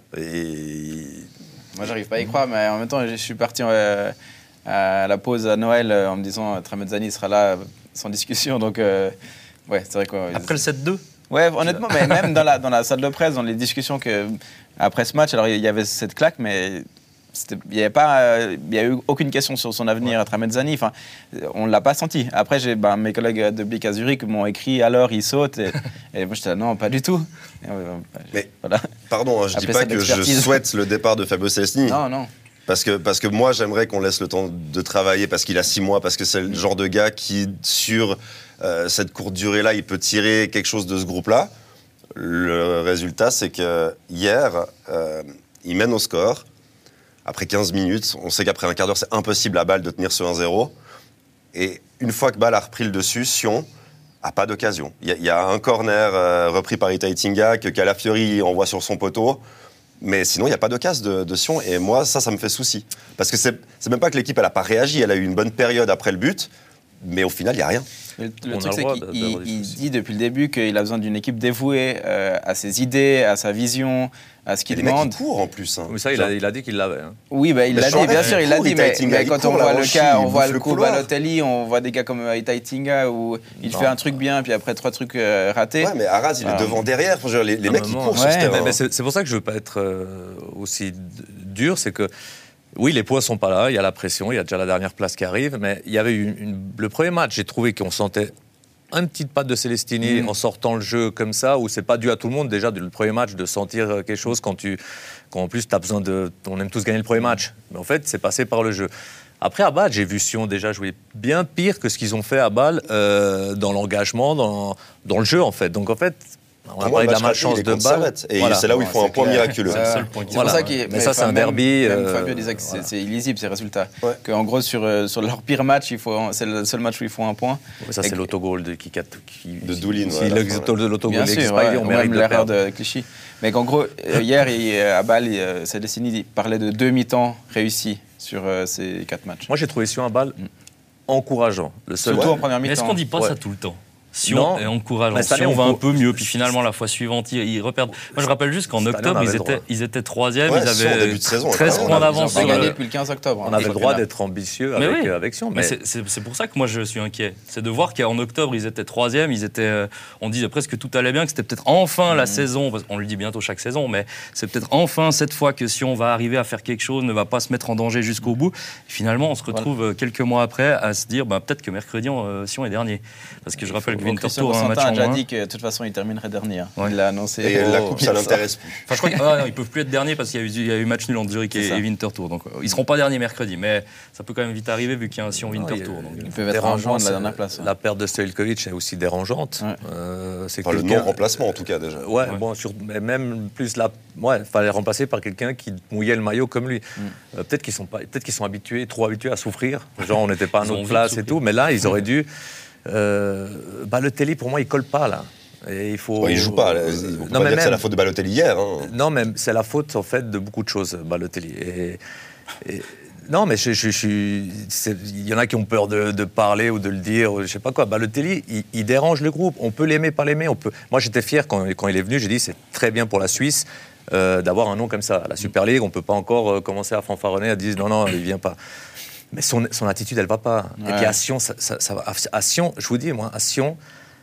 Speaker 1: Et
Speaker 4: moi, j'arrive pas à y croire, mais en même temps, je suis parti euh, à la pause à Noël euh, en me disant Tramezzani sera là sans discussion. Donc, euh, ouais, c'est vrai quoi.
Speaker 2: Après le sept deux
Speaker 4: Ouais, honnêtement, mais même dans la, dans la salle de presse, dans les discussions que, après ce match, alors il y avait cette claque, mais il n'y avait pas, euh, il y a eu aucune question sur son avenir ouais. à Tramezzani. Enfin, on l'a pas senti. Après, j'ai, ben, mes collègues de Blick à Zurich m'ont écrit alors il saute. Et, et moi, j'étais là, non, pas du tout. Et, euh,
Speaker 1: mais voilà. Pardon, hein, je ne dis pas que je souhaite le départ de Fabio Celestini.
Speaker 4: Non, non.
Speaker 1: Parce que, parce que moi, j'aimerais qu'on laisse le temps de travailler, parce qu'il a six mois, parce que c'est le genre de gars qui, sur euh, cette courte durée-là, il peut tirer quelque chose de ce groupe-là. Le résultat, c'est que hier, euh, il mène au score. Après quinze minutes, on sait qu'après un quart d'heure, c'est impossible à Bâle de tenir ce un zéro. Et une fois que Bâle a repris le dessus, Sion n'a pas d'occasion. Il y, y a un corner euh, repris par Itaitinga que Calafiori envoie sur son poteau. Mais sinon, il n'y a pas d'occasion de, de Sion. Et moi, ça, ça me fait souci. Parce que c'est, c'est même pas que l'équipe n'a pas réagi. Elle a eu une bonne période après le but. mais au final, il n'y a rien.
Speaker 4: Le, le truc, c'est qu'il il, il dit depuis le début qu'il a besoin d'une équipe dévouée euh, à ses idées, à sa vision, à ce qu'il demande.
Speaker 1: Il court en plus. Hein.
Speaker 3: Mais ça, il a, il a dit qu'il l'avait. Hein.
Speaker 4: Oui, bah, il l'a dit, bien sûr, il l'a dit. Mais, mais quand on voit le cas, on voit le coup Balotelli, on voit des gars comme Itai Tinga où il non. fait un truc bien, puis après trois trucs euh, ratés.
Speaker 1: Ouais, mais Arras, il est devant, derrière. Enfin, les les mecs, ils courent sur ce terrain.
Speaker 3: Mais c'est pour ça que je veux pas être euh, aussi dur, c'est que. Oui, les points sont pas là, il y a la pression, il y a déjà la dernière place qui arrive, mais il y avait une, une, le premier match, j'ai trouvé qu'on sentait un petit patte de Celestini mmh. en sortant le jeu comme ça, où c'est pas dû à tout le monde déjà, le premier match, de sentir quelque chose quand tu, quand en plus tu as besoin de, on aime tous gagner le premier match, mais en fait c'est passé par le jeu. Après à Bâle, j'ai vu Sion déjà jouer bien pire que ce qu'ils ont fait à Bâle euh, dans l'engagement, dans, dans le jeu en fait. Donc en fait. On a parlé de la malchance de Bâle.
Speaker 1: Et voilà. C'est là où ils font un point miraculeux.
Speaker 4: C'est,
Speaker 1: euh,
Speaker 4: le point c'est voilà. pour ça qu'il,
Speaker 3: mais, mais ça, c'est un derby.
Speaker 4: Même, même Fabio disait que c'est, voilà. c'est illisible, ces résultats. Ouais. Qu'en gros, sur, sur leur pire match, il faut, c'est le seul match où ils font un point.
Speaker 3: Ouais, ça, et c'est que... l'autogol de, qui, qui,
Speaker 1: de Doulin.
Speaker 3: Si ouais, l'autogol
Speaker 4: n'existe pas, on mérite l'erreur de Clichy. Mais qu'en gros, hier, à Bâle, Celestini parlait de deux mi-temps réussis sur ces quatre matchs.
Speaker 3: Moi, j'ai trouvé Sion à Bâle encourageant.
Speaker 4: Surtout en première mi-temps.
Speaker 2: Est-ce qu'on dit pas ça tout le temps? Sion est encourageant. Sion va un peu mieux, puis finalement la fois suivante ils, ils repèrent. Moi je rappelle juste qu'en octobre ils étaient, ils étaient troisième, ouais, ils avaient
Speaker 1: saison,
Speaker 2: treize points d'avance.
Speaker 4: Ils ont gagné depuis le quinze octobre.
Speaker 3: On avait le droit d'être ambitieux avec, oui. avec Sion.
Speaker 2: Mais, mais c'est, c'est, c'est pour ça que moi je suis inquiet. C'est de voir qu'en octobre ils étaient troisième, ils étaient, on disait presque que tout allait bien, que c'était peut-être enfin mmh. la saison. On le dit bientôt chaque saison, mais c'est peut-être enfin cette fois que Sion va arriver à faire quelque chose, ne va pas se mettre en danger jusqu'au bout. Et finalement on se retrouve voilà. quelques mois après à se dire bah, peut-être que mercredi Sion est dernier. Parce que je rappelle que Winterthur a un match.
Speaker 4: a déjà dit que de toute façon il terminerait dernier. Ouais. Il l'a annoncé.
Speaker 1: Et oh, la coupe ça l'intéresse plus.
Speaker 2: Enfin, je crois qu'ils ah, peuvent plus être derniers parce qu'il y a eu, il y a eu match nul entre Zurich et, et Winterthur. Donc ils seront pas derniers mercredi, mais ça peut quand même vite arriver vu qu'il y a un Sion Winterthur.
Speaker 4: Ils peuvent être dérangeants de la dernière place.
Speaker 3: La perte de Stojkovic est aussi dérangeante.
Speaker 1: Ouais. Euh, c'est enfin, le non remplacement en tout cas déjà.
Speaker 3: Ouais, ouais. Bon, sur, mais même plus là, ouais, fallait remplacer par quelqu'un qui mouillait le maillot comme lui. Mm. Euh, peut-être qu'ils sont pas, peut-être qu'ils sont habitués, trop habitués à souffrir. Genre on n'était pas à notre place et tout, mais là ils auraient dû. Euh, Balotelli, pour moi, il colle pas là. Et il faut.
Speaker 1: Bon, il joue pas. Il faut non, pas dire même... que c'est la faute de Balotelli hier. Hein.
Speaker 3: Non, mais c'est la faute en fait de beaucoup de choses, Balotelli. Et, et... non, mais je, je, je, il y en a qui ont peur de, de parler ou de le dire, je sais pas quoi. Balotelli, il, il dérange le groupe. On peut l'aimer, pas l'aimer. On peut. Moi, j'étais fier quand, quand il est venu. J'ai dit c'est très bien pour la Suisse euh, d'avoir un nom comme ça. La Super League, on peut pas encore euh, commencer à fanfaronner, à dire non, non, il vient pas. Mais son, son attitude, elle va pas. Ouais. Et puis à Sion, ça, ça, ça va. À Sion, je vous dis, moi, à Sion,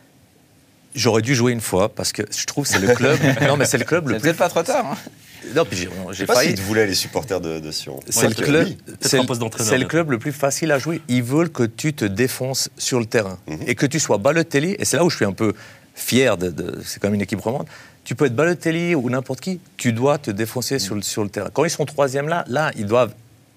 Speaker 3: j'aurais dû jouer une fois parce que je trouve que c'est le club. non, mais c'est le club le
Speaker 4: c'est
Speaker 3: plus.
Speaker 4: peut-être pas trop tard. Hein.
Speaker 3: Non, puis j'ai, j'ai
Speaker 1: je sais pas
Speaker 3: failli.
Speaker 1: s'ils te voulaient les supporters de, de Sion.
Speaker 3: C'est, le club, c'est, c'est le club le plus facile à jouer. Ils veulent que tu te défonces sur le terrain mm-hmm. et que tu sois Balotelli. Et c'est là où je suis un peu fier. De, de, c'est quand même une équipe romande. Tu peux être Balotelli ou n'importe qui. Tu dois te défoncer mm-hmm. sur, le, sur le terrain. Quand ils sont troisième là, là, ils doivent.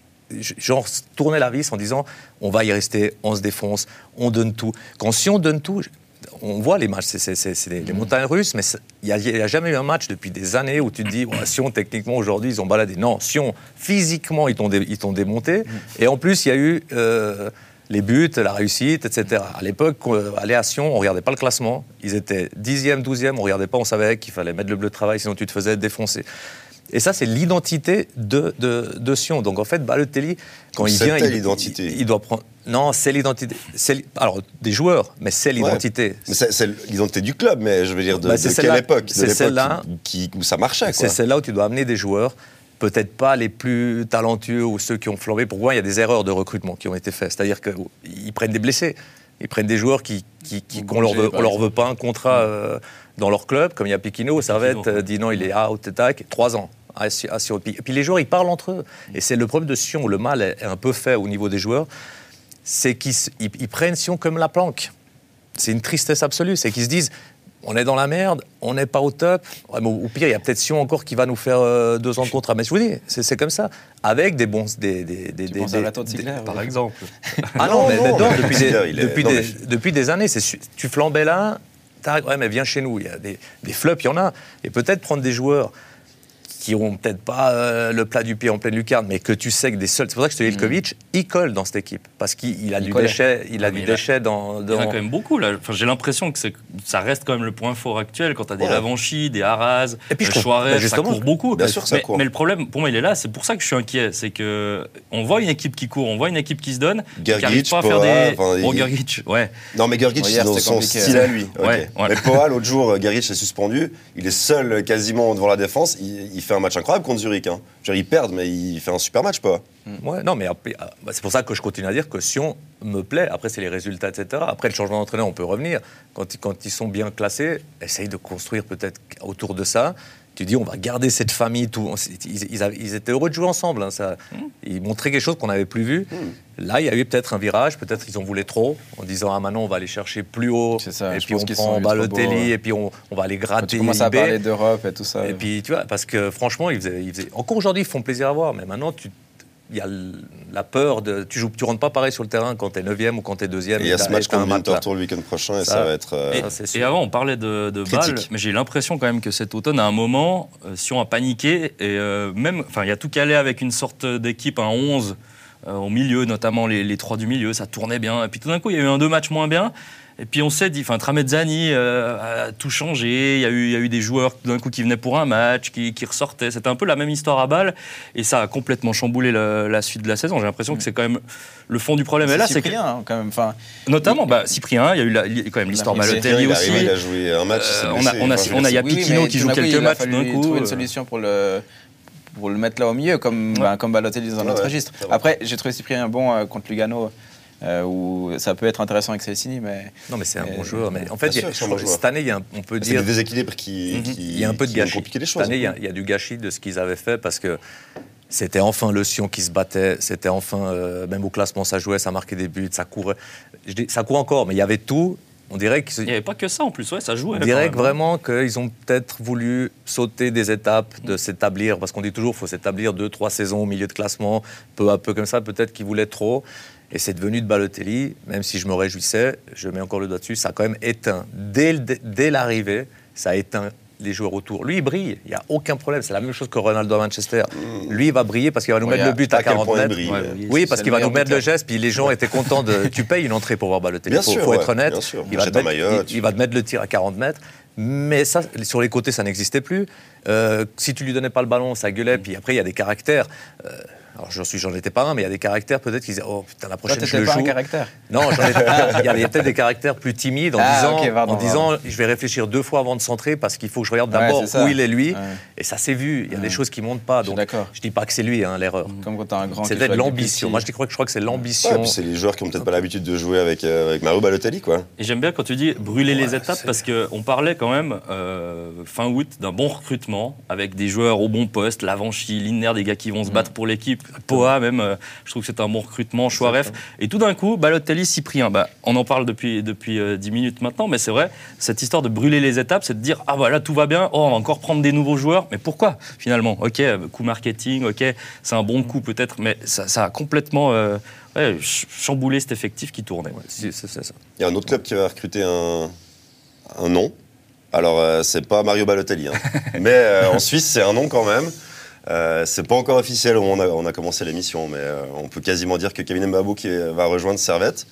Speaker 3: Genre tourner la vis en disant on va y rester, on se défonce, on donne tout. Quand si on donne tout, on voit les matchs, c'est, c'est, c'est, c'est les montagnes russes, mais il n'y a, a jamais eu un match depuis des années où tu te dis ouais, Sion techniquement aujourd'hui ils ont baladé. Non, Sion physiquement ils t'ont, dé, ils t'ont démonté et en plus il y a eu euh, les buts, la réussite, et cetera. À l'époque, aller à Sion, on ne regardait pas le classement, ils étaient dixième, douzième, on ne regardait pas, on savait qu'il fallait mettre le bleu de travail sinon tu te faisais défoncer. Et ça, c'est l'identité de, de, de Sion. Donc, en fait, Balotelli, quand
Speaker 1: c'est
Speaker 3: il vient...
Speaker 1: C'est
Speaker 3: il,
Speaker 1: l'identité.
Speaker 3: Il, il doit prendre... Non, c'est l'identité. C'est, alors, des joueurs, mais c'est l'identité.
Speaker 1: Ouais. Mais c'est, c'est l'identité du club, mais je veux dire, de, bah, de quelle époque de
Speaker 3: C'est
Speaker 1: l'époque
Speaker 3: celle-là
Speaker 1: qui, qui, où ça marchait, quoi.
Speaker 3: C'est celle-là où tu dois amener des joueurs, peut-être pas les plus talentueux ou ceux qui ont flambé. Pour moi, il y a des erreurs de recrutement qui ont été faites. C'est-à-dire qu'ils prennent des blessés. Ils prennent des joueurs qui, qui, qui, qu'on leur veut, on leur veut pas un contrat euh, dans leur club, comme il y a Piquino, Servette euh, dit non, il est out, tac, trois ans. Et puis les joueurs, ils parlent entre eux. Et c'est le problème de Sion, où le mal est un peu fait au niveau des joueurs, c'est qu'ils ils, ils prennent Sion comme la planque. C'est une tristesse absolue. C'est qu'ils se disent, on est dans la merde, on n'est pas au top. Ouais, mais au pire, il y a peut-être Sion encore qui va nous faire euh, deux ans de contrat. Mais je vous dis, c'est, c'est comme ça. Avec des bons... Des, des, des,
Speaker 4: tu
Speaker 3: des,
Speaker 4: penses
Speaker 3: des,
Speaker 4: à Lato de Ziegler,
Speaker 2: par exemple.
Speaker 3: Ah non, non mais,
Speaker 1: non,
Speaker 3: mais non, depuis, des,
Speaker 1: est...
Speaker 3: depuis,
Speaker 1: non,
Speaker 3: des,
Speaker 1: mais...
Speaker 3: depuis des années, c'est, tu flambais là, ouais, mais viens chez nous. Il y a des, des flops, il y en a. Et peut-être prendre des joueurs... qui n'ont peut-être pas euh, le plat du pied en pleine lucarne, mais que tu sais que des seuls... C'est pour ça que je te dis, Ivkovic, mmh. il colle dans cette équipe, parce qu'il a il du collait. déchet, il a du déchet dans, dans...
Speaker 2: Il y en a quand même beaucoup, là. Enfin, j'ai l'impression que c'est, ça reste quand même le point fort actuel, quand tu as des ouais. Lavanchi, des Haras, des Suarez, bah, ça court beaucoup.
Speaker 1: Bien sûr,
Speaker 2: mais,
Speaker 1: ça court.
Speaker 2: Mais le problème, pour moi, il est là, c'est pour ça que je suis inquiet, c'est qu'on voit une équipe qui court, on voit une équipe qui se donne,
Speaker 1: Gergic,
Speaker 2: qui n'arrive pas à faire
Speaker 1: Poa,
Speaker 2: des...
Speaker 1: Enfin,
Speaker 2: Bon,
Speaker 1: il...
Speaker 2: Gergic, ouais.
Speaker 1: Non, mais Gergic, c'est dans son style à lui. Okay. Ouais, ouais. Mais Poa, l'autre jour, Gergic est suspendu, il est seul quasiment devant la défense, il, il fait un match incroyable contre Zurich. Hein. Je veux dire, ils perdent, mais il fait un super match, Poa.
Speaker 3: Ouais, non, mais après, c'est pour ça que je continue à dire que Sion me plaît. Après, c'est les résultats, et cetera. Après, le changement d'entraîneur, on peut revenir. Quand, quand ils sont bien classés, essaye de construire peut-être autour de ça. Tu dis, on va garder cette famille. Tout. Ils, ils, avaient, ils étaient heureux de jouer ensemble. Hein, ça. Mmh. Ils montraient quelque chose qu'on n'avait plus vu. Mmh. Là, il y a eu peut-être un virage. Peut-être qu'ils en voulaient trop. En disant, ah, maintenant, on va aller chercher plus haut.
Speaker 4: C'est ça,
Speaker 3: et puis, on prend Balotelli. Et puis, on, on va aller gratter.
Speaker 4: Tu commences à parler d'Europe et tout ça.
Speaker 3: Et puis, tu vois, parce que franchement, ils faisaient, ils faisaient... encore aujourd'hui, ils font plaisir à voir. Mais maintenant, tu. Il y a la peur de... Tu joues, tu rentres pas pareil sur le terrain quand t'es neuvième ou quand t'es deuxième.
Speaker 1: Et il y a ce match contre Winterthur le week-end prochain et ça, ça va être... Euh,
Speaker 2: et, ça, et avant, on parlait de, de Bâle, mais j'ai l'impression quand même que cet automne, à un moment, euh, Sion a paniqué et euh, même... Enfin, il y a tout calé avec une sorte d'équipe, un onze, euh, au milieu, notamment les, les trois du milieu, ça tournait bien. Et puis tout d'un coup, il y a eu un deux matchs moins bien. Et puis on s'est dit, enfin Tramezzani euh, a tout changé, il y a eu, il y a eu des joueurs d'un coup qui venaient pour un match, qui, qui ressortaient. C'était un peu la même histoire à Bâle, et ça a complètement chamboulé la, la suite de la saison. J'ai l'impression mmh. que c'est quand même le fond du problème.
Speaker 4: C'est
Speaker 2: et là,
Speaker 4: Cyprien,
Speaker 2: c'est que,
Speaker 4: hein, quand même. Enfin,
Speaker 2: notamment, il... bah, Cyprien, il y a eu la, quand même l'histoire Balotelli aussi.
Speaker 1: Il a joué un match.
Speaker 2: Euh, on a, on a, on a, il y a Piquino oui, qui joue quelques matchs d'un coup.
Speaker 4: Il a fallu trouver une solution pour le. pour le mettre là au milieu, comme, ouais. bah, comme Balotelli dans ouais, notre ouais, registre. Après, j'ai trouvé Cyprien bon euh, contre Lugano, euh, où ça peut être intéressant avec Celestini, mais...
Speaker 3: Non, mais c'est un bon joueur. Mais en fait, il y a, sûr, bon cette année, il y a un, on peut dire...
Speaker 1: C'est des déséquilibres qui, mm-hmm. qui,
Speaker 3: il y a un peu de gâchis.
Speaker 1: compliqué les choses.
Speaker 3: Cette année, il y, a, il y a du gâchis de ce qu'ils avaient fait, parce que c'était enfin le Sion qui se battait, c'était enfin, euh, même au classement, ça jouait, ça marquait des buts, ça courait. Je dis, ça court encore, mais il y avait tout. On dirait qu'il
Speaker 2: n'y avait pas que ça en plus, ouais, ça jouait.
Speaker 3: On dirait que vraiment qu'ils ont peut-être voulu sauter des étapes, de s'établir, parce qu'on dit toujours qu'il faut s'établir deux, trois saisons au milieu de classement, peu à peu comme ça, peut-être qu'ils voulaient trop. Et c'est devenu de Balotelli, même si je me réjouissais, je mets encore le doigt dessus, ça a quand même éteint. Dès, dès l'arrivée, ça a éteint les joueurs autour. Lui, il brille, il n'y a aucun problème. C'est la même chose que Ronaldo à Manchester. Mmh. Lui, il va briller parce qu'il va nous ouais, mettre le but à quarante mètres. Brille, ouais, oui, oui parce qu'il va nous mettre le geste, puis les gens étaient contents de... Tu payes une entrée pour voir Balotelli, il faut, faut ouais, être honnête. Il va, mettre, maillot, il, tu... il va te mettre le tir à quarante mètres. Mais ça, sur les côtés, ça n'existait plus. Euh, si tu lui donnais pas le ballon, ça gueulait. Puis après, il y a des caractères... Euh, alors, j'en suis, j'en étais pas un, mais il y a des caractères peut-être qui disaient oh putain la prochaine
Speaker 4: Toi,
Speaker 3: je le
Speaker 4: pas
Speaker 3: joue.
Speaker 4: Un caractère.
Speaker 3: Non, j'en étais pas. Il y avait peut-être des caractères plus timides en ah, disant, okay, pardon, en disant je vais réfléchir deux fois avant de centrer parce qu'il faut que je regarde d'abord ouais, où il est lui. Ouais. Et ça s'est vu. Il y a ouais. des choses qui montent pas. Donc je, je dis pas que c'est lui hein, l'erreur.
Speaker 4: Comme quand t'as un grand.
Speaker 3: C'est peut-être l'ambition. Moi je crois que je crois que c'est l'ambition.
Speaker 1: Ouais, puis c'est les joueurs qui ont peut-être pas l'habitude de jouer avec euh, avec Mario Balotelli quoi.
Speaker 2: Et j'aime bien quand tu dis brûler ouais, les étapes c'est... parce que on parlait quand même euh, fin août d'un bon recrutement avec des joueurs au bon poste, Lavanchi, Lindner, des gars qui vont se battre pour l'équipe, Poa même. Je trouve que c'est un bon recrutement, Suarez. Et tout d'un coup, Balotelli, Cyprien. Bah, on en parle depuis, depuis euh, dix minutes maintenant, mais c'est vrai, cette histoire de brûler les étapes, c'est de dire ah voilà, tout va bien, oh, on va encore prendre des nouveaux joueurs. Mais pourquoi finalement? Ok, coup marketing, ok, c'est un bon coup peut-être, mais ça, ça a complètement euh, ouais, chamboulé cet effectif qui tournait. Ouais, c'est, c'est, c'est ça.
Speaker 1: Il y a un autre club qui va recruter un, un nom. Alors, euh, c'est pas Mario Balotelli, hein. mais euh, en Suisse, c'est un nom quand même. Euh, c'est pas encore officiel, on a, on a commencé l'émission, mais euh, on peut quasiment dire que Kevin Mbabou qui va rejoindre Servette.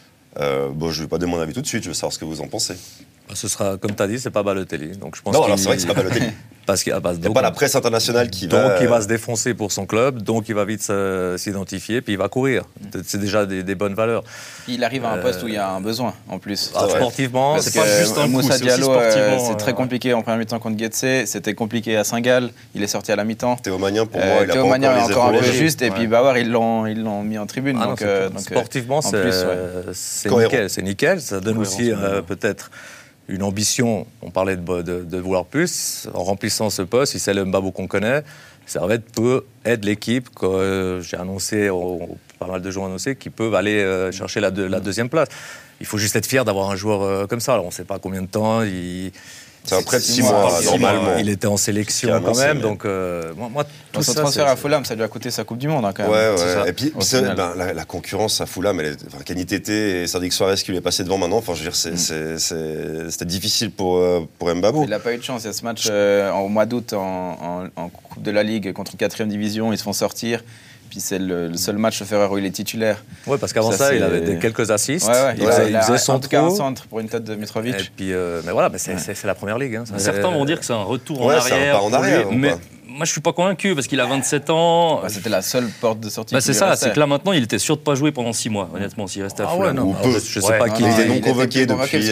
Speaker 1: Euh, bon, je vais pas donner mon avis tout de suite, je veux savoir ce que vous en pensez.
Speaker 3: Ce sera, comme tu as dit, c'est pas Balotelli. Donc je pense
Speaker 1: non, alors c'est vrai que c'est pas Balotelli.
Speaker 3: Parce qu'il n'y a
Speaker 1: pas la presse internationale qui
Speaker 3: donc
Speaker 1: va...
Speaker 3: Donc il va se défoncer pour son club, donc il va vite se, s'identifier, puis il va courir. C'est déjà des, des bonnes valeurs.
Speaker 4: Il arrive à un poste euh... où il y a un besoin, en plus.
Speaker 3: Ah, sportivement,
Speaker 4: parce
Speaker 3: c'est
Speaker 4: que
Speaker 3: pas juste un
Speaker 4: Moussa
Speaker 3: coup,
Speaker 4: Diallo,
Speaker 3: c'est,
Speaker 4: euh, c'est très compliqué en première mi-temps contre Getse, c'était compliqué à Saint-Gall, il est sorti à la mi-temps.
Speaker 1: Théo Magnin, pour moi, euh, il a
Speaker 4: Théo
Speaker 1: pas
Speaker 4: Magnin
Speaker 1: encore
Speaker 4: est encore un peu juste, et puis Bauer, ils l'ont, ils l'ont mis en tribune.
Speaker 3: Ah
Speaker 4: donc,
Speaker 3: non,
Speaker 4: euh, donc,
Speaker 3: sportivement, c'est, plus, ouais. c'est nickel, c'est nickel. Ça donne aussi euh, peut-être... une ambition, on parlait de, de, de vouloir plus, en remplissant ce poste, si c'est le Mbabou qu'on connaît, Servette peut être l'équipe que euh, j'ai annoncé, oh, pas mal de gens annoncés, qui peuvent aller euh, chercher la, de, la deuxième place. Il faut juste être fier d'avoir un joueur euh, comme ça. Alors, on ne sait pas combien de temps, il,
Speaker 1: C'est un prêt de six mois, mois normalement.
Speaker 3: Il était en sélection quand même, donc euh, moi, moi
Speaker 4: tout son ça, transfert à Fulham, ça lui a coûté sa Coupe du Monde hein, quand même.
Speaker 1: Ouais, ouais. Et puis ben, la, la concurrence à Fulham, elle est, enfin, Kenny Tété et Sadiq Suarez qui lui est passé devant maintenant. Enfin, je veux dire, c'est, mm. c'est, c'est, c'était difficile pour pour Mbabo.
Speaker 4: Il n'a pas eu de chance. Il y a ce match euh, au mois d'août en, en, en Coupe de la Ligue contre une quatrième division, ils se font sortir. Puis c'est le, le seul match Ferrer où il est titulaire.
Speaker 3: Oui, parce qu'avant ça, ça il avait des, quelques assists.
Speaker 4: Ouais, ouais,
Speaker 3: il,
Speaker 4: ouais,
Speaker 3: faisait,
Speaker 4: il,
Speaker 3: il faisait son
Speaker 4: en tout cas un centre pour une tête de Mitrovic.
Speaker 3: Et puis, euh, mais voilà, mais c'est, ouais. c'est, c'est la première ligue. Hein.
Speaker 2: Certains vont dire que c'est un retour
Speaker 1: ouais,
Speaker 2: en arrière.
Speaker 1: C'est un pas en arrière.
Speaker 2: Lui, mais moi, je suis pas convaincu parce qu'il a vingt-sept ans.
Speaker 4: Bah, c'était la seule porte de sortie.
Speaker 2: Bah, c'est ça, c'est que là maintenant, il était sûr de pas jouer pendant six mois. Honnêtement, s'il restait à
Speaker 3: ah
Speaker 2: Fulham.
Speaker 3: Ouais, non,
Speaker 1: peu.
Speaker 3: Je sais pas qui
Speaker 1: était non convoqué depuis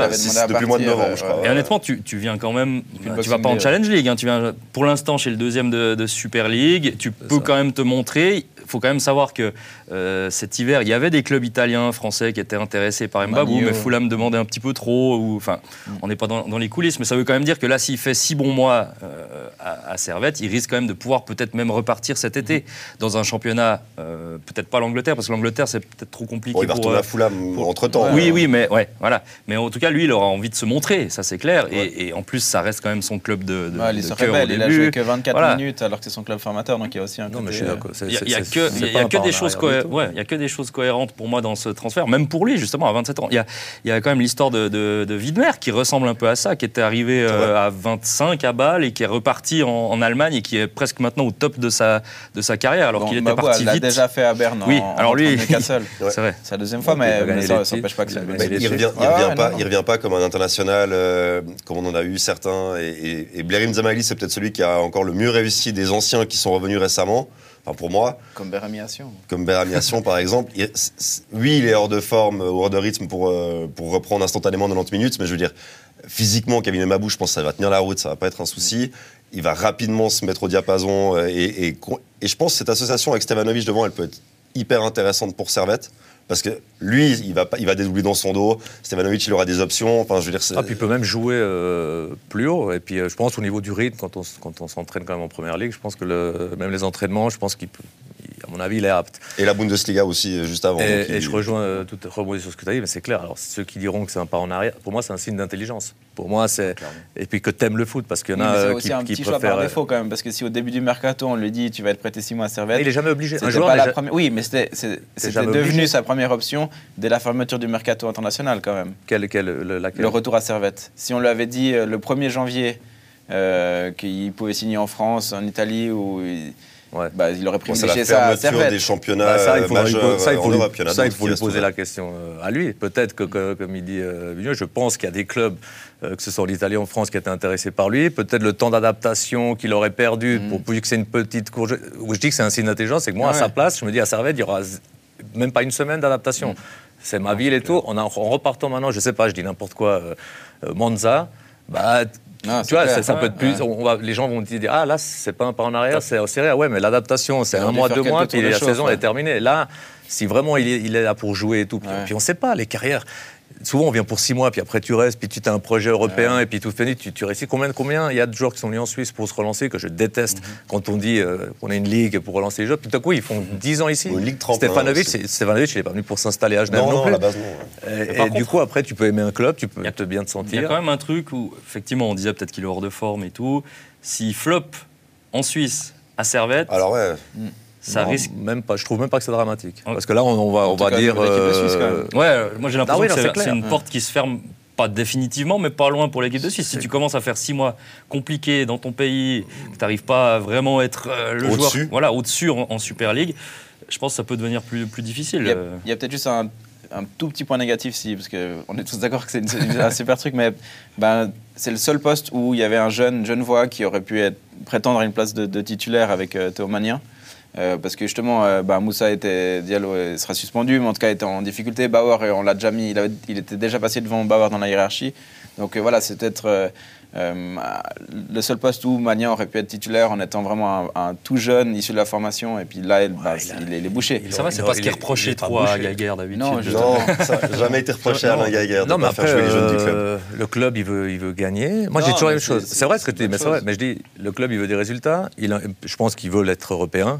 Speaker 1: le mois de novembre, je crois.
Speaker 2: Et honnêtement, tu viens quand même. Tu vas pas en Challenge League. Tu viens pour l'instant chez le deuxième de Super League. Tu peux quand même te montrer. Il faut quand même savoir que euh, cet hiver, il y avait des clubs italiens, français qui étaient intéressés par Mbabou, mais Fulham demandait un petit peu trop. Ou, enfin, mm. on n'est pas dans, dans les coulisses, mais ça veut quand même dire que là, s'il fait six bons mois euh, à, à Servette, il risque quand même de pouvoir peut-être même repartir cet été mm. dans un championnat, euh, peut-être pas l'Angleterre, parce que l'Angleterre, c'est peut-être trop compliqué.
Speaker 1: Bon, il va
Speaker 2: pour,
Speaker 1: retourner à Fulham
Speaker 2: pour...
Speaker 1: entre-temps.
Speaker 2: Oui, oui, mais, ouais, voilà. mais en tout cas, lui, il aura envie de se montrer, ça c'est clair. Ouais. Et, et en plus, ça reste quand même son club de, de,
Speaker 4: ouais,
Speaker 2: de
Speaker 4: cœur
Speaker 2: au début.
Speaker 4: Il a joué que vingt-quatre voilà. minutes, alors que c'est son club formateur, donc il y a aussi un côté...
Speaker 3: Non, mais je suis d'accord.
Speaker 2: Il n'y a, a que, a que des choses cohérentes. Ouais, il n'y a que des choses cohérentes pour moi dans ce transfert, même pour lui, justement, à vingt-sept ans. Il y a, il y a quand même l'histoire de, de, de Widmer qui ressemble un peu à ça, qui était arrivé euh, à vingt-cinq à Bâle et qui est reparti en, en Allemagne et qui est presque maintenant au top de sa, de sa carrière, alors bon, qu'il était Mbabou parti vite.
Speaker 4: Il l'a déjà fait à Berne.
Speaker 2: Oui,
Speaker 4: en,
Speaker 2: alors
Speaker 4: en
Speaker 2: lui,
Speaker 4: c'est vrai. C'est la deuxième fois, mais, mais ça n'empêche pas que c'est.
Speaker 1: Il revient, il revient pas, il revient pas comme un international, euh, comme on en a eu certains. Et, et, et Blerim Zamali, c'est peut-être celui qui a encore le mieux réussi des anciens qui sont revenus récemment. Enfin, pour moi.
Speaker 4: Comme Beramiation.
Speaker 1: Comme Beramiation, par exemple. Il, oui, il est hors de forme, hors de rythme pour, euh, pour reprendre instantanément quatre-vingt-dix minutes, mais je veux dire, physiquement, Kevin Mbabou, je pense que ça va tenir la route, ça va pas être un souci. Il va rapidement se mettre au diapason. Et, et, et je pense que cette association avec Stevanovic devant, elle peut être hyper intéressante pour Servette. Parce que lui, il va, il va dédoubler dans son dos. Stevanovic, il aura des options. Enfin, je veux dire, c'est...
Speaker 3: Ah, puis il peut même jouer euh, plus haut. Et puis, euh, je pense au niveau du rythme, quand on, quand on s'entraîne quand même en première ligue, je pense que le, même les entraînements, je pense qu'il peut, à mon avis, il est apte.
Speaker 1: Et la Bundesliga aussi, juste avant.
Speaker 3: Et,
Speaker 1: il...
Speaker 3: et je rejoins euh, tout rebondir sur ce que tu as dit, mais c'est clair. Alors, ceux qui diront que c'est un pas en arrière, pour moi, c'est un signe d'intelligence. Pour moi, c'est. Clairement. Et puis que t'aimes le foot, parce qu'il y en a
Speaker 4: oui,
Speaker 3: euh,
Speaker 4: qui,
Speaker 3: qui,
Speaker 4: un
Speaker 3: qui
Speaker 4: petit
Speaker 3: préfèrent.
Speaker 4: choix par défaut quand même, parce que si au début du mercato, on lui dit tu vas être prêté six mois à Servette.
Speaker 3: Il est jamais obligé.
Speaker 4: Un joueur, pas la première... Oui, mais c'était, c'était, c'était devenu obligé. Sa première option dès la fermeture du mercato international quand même.
Speaker 3: Quel, quel, le, laquelle
Speaker 4: le retour à Servette. Si on lui avait dit euh, le premier janvier euh, qu'il pouvait signer en France, en Italie, ou ouais. bah, il aurait privilégié bon, ça à Servette.
Speaker 1: Des championnats bah, ça, il faut majeurs,
Speaker 3: ça, il faut,
Speaker 1: lui,
Speaker 3: Europe, il ça, il faut lui poser la question euh, à lui. Peut-être que, que comme il dit euh, Vigneux, je pense qu'il y a des clubs, euh, que ce soit l'Italie ou en France, qui étaient intéressés par lui. Peut-être le temps d'adaptation qu'il aurait perdu, mm. pour, pour que c'est une petite courge. Où je dis que c'est un signe d'intelligence, c'est que moi, ah, à ouais. sa place, je me dis à Servette, il y aura même pas une semaine d'adaptation. Mm. C'est ma ville et tout. On a, en repartant maintenant, je sais pas, je dis n'importe quoi, euh, Monza, bah, non, tu vois, clair, ça ouais, peut être plus. Ouais. On va, les gens vont te dire, ah là, c'est pas un pas en arrière, c'est au sérieux. Ouais, mais l'adaptation, c'est un mois, deux mois, puis la choses, saison ouais. est terminée. Là, si vraiment il est, il est là pour jouer et tout, puis, ouais. puis on sait pas, les carrières. Souvent, on vient pour six mois, puis après tu restes, puis tu as un projet européen, ouais. et puis tout finit, tu, tu réussis. Combien, combien il y a de joueurs qui sont venus en Suisse pour se relancer, que je déteste, mm-hmm. quand on dit euh, qu'on a une ligue pour relancer les joueurs, puis tout à coup, ils font mm-hmm. dix ans ici.
Speaker 1: Une ligue trente.
Speaker 3: Stefanovic, Stefanovic, il n'est pas venu pour s'installer à Genève non, non, non plus.
Speaker 1: À la base, non.
Speaker 3: Et, et, et contre, du coup, après, tu peux aimer un club, tu peux te bien te sentir.
Speaker 2: Il y a quand même un truc où, effectivement, on disait peut-être qu'il est hors de forme et tout. S'il flop en Suisse, à Servette.
Speaker 1: Alors, ouais.
Speaker 2: Mm. Ça
Speaker 3: non,
Speaker 2: risque
Speaker 3: même pas. Je trouve même pas que c'est dramatique. Parce que là, on, on va, on va
Speaker 4: cas,
Speaker 3: dire.
Speaker 2: Euh... Ouais, moi j'ai l'impression ah oui, non, que c'est,
Speaker 3: c'est,
Speaker 2: c'est une porte qui se ferme pas définitivement, mais pas loin pour l'équipe de Suisse. Si tu commences à faire six mois compliqués dans ton pays, que tu n'arrives pas à vraiment être euh, le
Speaker 1: au-dessus.
Speaker 2: joueur, voilà, au-dessus en, en Super League, je pense que ça peut devenir plus, plus difficile.
Speaker 4: Il y a, il y a peut-être juste un, un tout petit point négatif, si, parce qu'on est tous d'accord que c'est, une, c'est un super truc, mais ben, c'est le seul poste où il y avait un jeune Genevois qui aurait pu être, prétendre à une place de, de titulaire avec euh, Théo Magnin. Euh, parce que justement, euh, bah, Moussa était, Diallo sera suspendu, mais en tout cas était en difficulté. Bauer, on l'a déjà mis, il, avait, il était déjà passé devant Bauer dans la hiérarchie. Donc euh, voilà, c'est peut-être euh, euh, le seul poste où Magnin aurait pu être titulaire en étant vraiment un, un tout jeune issu de la formation. Et puis là, il, bah, ouais, il, a, il, est, il est bouché.
Speaker 2: Ça va, c'est pas ce qu'il reprochait trop à Geiger d'habitude.
Speaker 1: Non, non, ça n'a jamais été reproché à Alain Geiger de ne pas faire jouer les jeunes du club.
Speaker 3: Euh, le club, il veut, il veut gagner. Moi, non, j'ai toujours la même chose. C'est, c'est vrai ce que tu dis, mais c'est vrai. Mais je dis, le club, il veut des résultats. Il, je pense qu'ils veulent être européens.